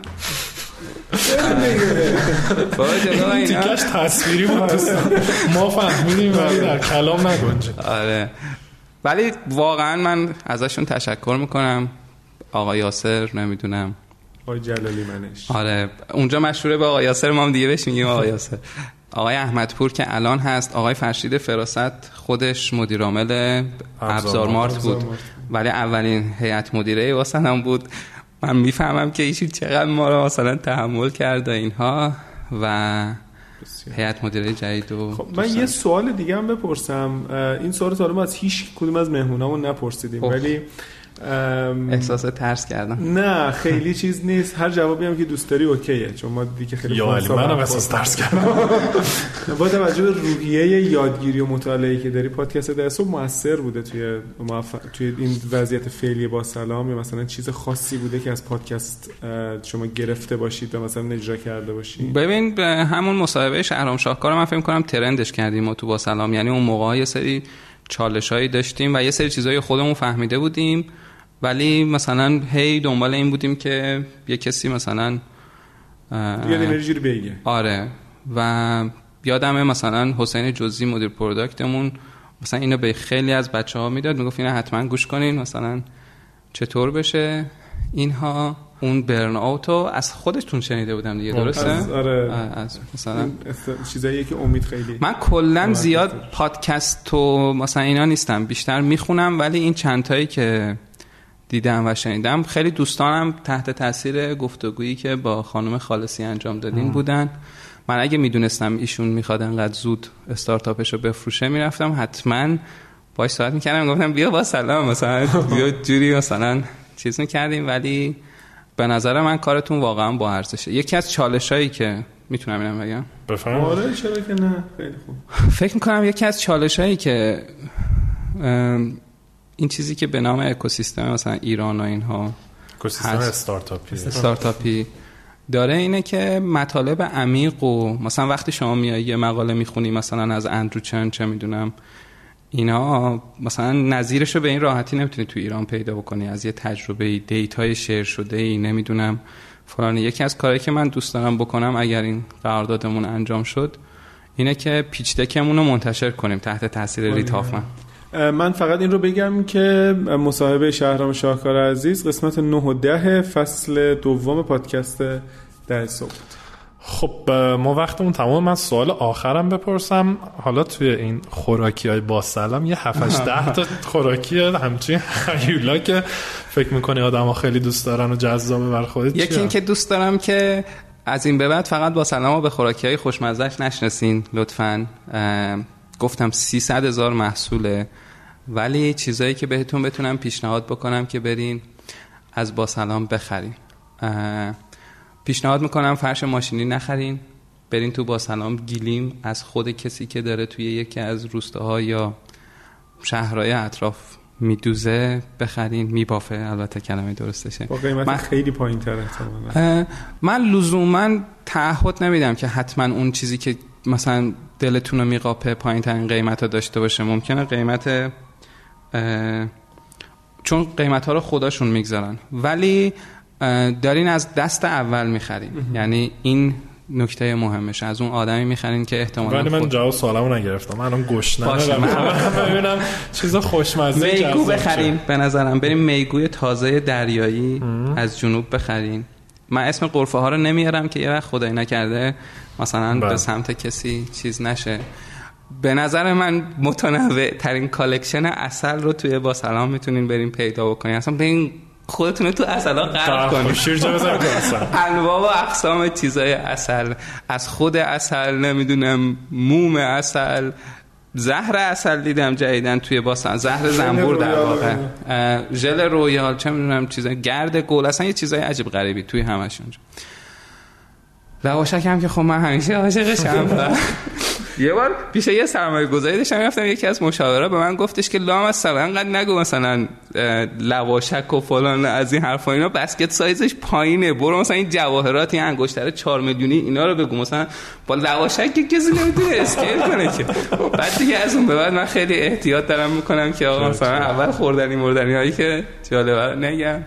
تیکش تصویری بود ما فهمیدیم ولی در کلام نگنجه. آره ولی واقعا من ازشون تشکر میکنم، آقا یاسر نمیدونم آقای جلالی منش، آره اونجا مشهوره به آقا یاسر، ما هم دیگه بهش میگیم آقا یاسر، آقای احمدپور که الان هست، آقای فرشید فراست خودش مدیر عامل ابزار مارت بود ولی اولین هیئت مدیره واسه هم بود. من میفهمم که ایشون چقدر ما رو مثلا تحمل کرده اینها و هیئت مدیره جدید. و خب من یه سوال دیگه هم بپرسم، این سوال تا الان از هیچ کدوم از مهمونامون نپرسیدیم ولی احساس ترس کردم. نه خیلی چیز نیست، هر جوابی هم که دوست داری اوکیه، چون ما دیگه خیلی یا علی منم احساس ترس کردم. با توجه به روحیه یادگیری و مطالعه‌ای که داری، پادکست دهسو موثر بوده توی این وضعیت فعلی با سلام، یا مثلا چیز خاصی بوده که از پادکست شما گرفته باشید و مثلا اجرا کرده باشید؟ ببین به همون مصاحبه شهرام شاهکار من فکر کنم ترندش کردیم ما تو با سلام، یعنی اون موقع یه سری چالشایی داشتیم و یه سری چیزایی خودمون فهمیده بودیم ولی مثلا هی دنبال این بودیم که یه کسی مثلا بیاد انرژی رو بگه. آره و یادمه مثلا حسین جزی مدیر پروداکتمون مثلا اینو به خیلی از بچه‌ها میداد، میگفت اینا حتما گوش کنین مثلا چطور بشه اینها. اون برن اوتو از خودتون شنیده بودم دیگه، درسته؟ آره از مثلا چیزایی که امید خیلی من کلا زیاد پادکست و مثلا اینا نیستم، بیشتر میخونم ولی این چند تایی که دیدم و شنیدم خیلی دوستانم تحت تاثیر گفتگویی که با خانم خالصی انجام دادین بودن. من اگه میدونستم ایشون میخواد انقدر زود استارتاپش رو بفروشه میرفتم حتما باهاش صحبت میکردم، گفتم بیا با سلام مثلا بیا جوری مثلا چیز میکردیم، ولی به نظر من کارتون واقعا با ارزشه. یکی از چالشایی که میتونم اینم بگم بفرمایید. آره چرا که نه، خیلی خوب. فکر میکنم یکی از چالشایی که این چیزی که به نام اکوسیستم مثلا ایران و اینها اکوسیستم استارتاپی داره اینه که مطالب عمیق و مثلا وقتی شما میای یه مقاله میخونی مثلا از اندرو چن چه میدونم اینا، مثلا نظیرشو به این راحتی نمیتونی تو ایران پیدا بکنی از یه تجربه دیتای شیر شده ای نمیدونم فلان. یکی از کارهایی که من دوست دارم بکنم اگر این قراردادمون انجام شد اینه که پیچ دکمون رو منتشر کنیم تحت تاثیر ریت هافمن. من فقط این رو بگم که مصاحبه شهرام شاهکار عزیز قسمت 9 و 10 فصل دوم پادکست دهسو. خب ما وقتمون تمام. من سوال آخرم بپرسم، حالا توی این خوراکی‌های با سلام یه 7-8 تا خوراکی همچین هیولا که فکر می‌کنی آدم‌ها خیلی دوست دارن و جذابه برای خودت؟ یکی این که دوست دارم که از این به بعد فقط با سلام به خوراکی‌های خوشمزه‌اش نشناسین لطفاً. گفتم 300,000 محصوله ولی چیزایی که بهتون بتونم پیشنهاد بکنم که برین از با سلام بخرین. پیشنهاد میکنم فرش ماشینی نخرین، برین تو با سلام گیلیم از خود کسی که داره توی یکی از روستاها یا شهرهای اطراف میدوزه بخرین، میبافه البته کلمه درستشه، با قیمت خیلی پایین تره. من لزوما تعهد نمیدم که حتما اون چیزی که مثلا دلتون رو میقاپه پایین ترین قیمت ها داشته باشه. ممکنه قیمت چون قیمت ها رو خودشون میگذارن ولی دارین از دست اول میخرین. یعنی این نکته مهمش، از اون آدمی میخرین که احتمالاً ولی من جواب سوالمو نگرفتم. من الان گشنمه ببینم چیزا خوشمزه میگو بخرین. به نظرم بریم میگوی تازه دریایی از جنوب بخرین. من اسم قرفه ها رو نمیارم که یه وقت خدای نکرده مثلا به سمت کسی چیز نشه. به نظر من متنوع ترین کالکشن عسل رو توی با سلام میتونین بریم پیدا بکنین. اصلا برین خودتون تو عسلا غرق کنید. شیرجه بزنید تو عسل. انواع و اقسام چیزای عسل، از خود عسل، نمیدونم موم عسل، زهر عسل دیدم جدیدن توی باسن، زهر زنبور در واقع، ژل رویال، چه میدونم چیزای گرد گل، اصلا یه چیزای عجیب غریبی توی همشون. لواشک هم که خب من همیشه عاشقشم. یه بار پیش یه سرمایه‌گذاری داشتم می‌رفتم، یکی از مشاورا به من گفتش که لام اصلا انقدر نگو مثلا لواشک و فلان از این حرفا، اینا بسکت سایزش پایینه، برو مثلا این جواهرات این انگشتر 4 میلیونی اینا رو بگو، مثلا با لواشک کسی نمیتونه اسکیل کنه که. بعد دیگه از اون به بعد من خیلی احتیاط دارم میکنم که آقا مثلا اول خوردنی هایی که جالبه نگم.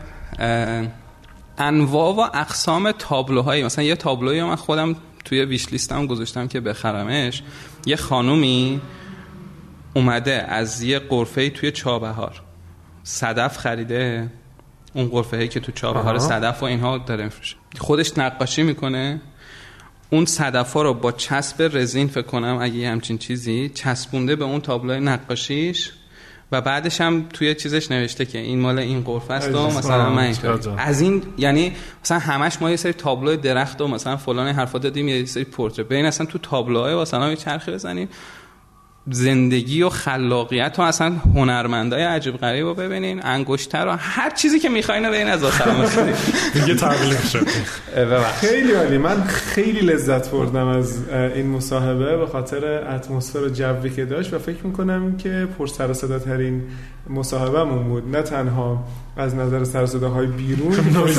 انواع و اقسام تابلوهایی، مثلا یه تابلویی من خودم توی ویش لیستم گذاشتم که بخرمش. یه خانومی اومده از یه قرفه‌ای توی چابهار صدف خریده، اون قرفه‌ای که تو چابهار صدف و اینها داره میفروشه، خودش نقاشی میکنه، اون صدفا رو با چسب رزین فکر کنم اگه همچین چیزی چسبونده به اون تابلوی نقاشیش و بعدش هم توی چیزش نوشته که این مال این قرفه است و مثلا من اینطوری از این، یعنی مثلا همش ما یه سری تابلو درخت و مثلا فلان حرفا دادیم، یه سری پورتره، ببین اصلا تو تابلوهای مثلا یه چرخی بزنیم، زندگی و خلاقیت و اصلا هنرمندای عجیب غریب رو ببینین، انگشتر و هر چیزی که می‌خواین رو ببین از آخر می‌خرید دیگه تبلیغ شد. خیلی عالی. من خیلی لذت بردم از این مصاحبه به خاطر اتمسفر و جوی که داشت و فکر می‌کنم که پر سر و صدا ترین مصاحبهمون بود، نه تنها از نظر سر و صداهای بیرون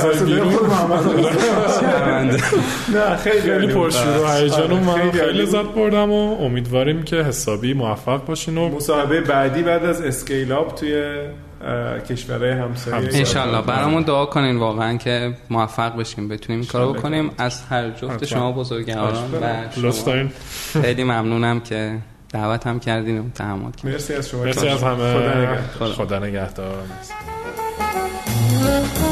نه خیلی پرشور و هیجان و من خیلی لذت بردم و امیدواریم که حسابی موفق باشین و مصاحبه بعدی بعد از اسکیل اپ توی کشورهای همسایه انشالله برامون دعا کنین واقعا که موفق بشیم، بتونیم کارو بکنیم. از هر جفت شما بزرگواران و شما خیلی ممنونم که دعوت هم کردین و تحمل کردین. مرسی از شما. مرسی از همه. خدا نگهدار.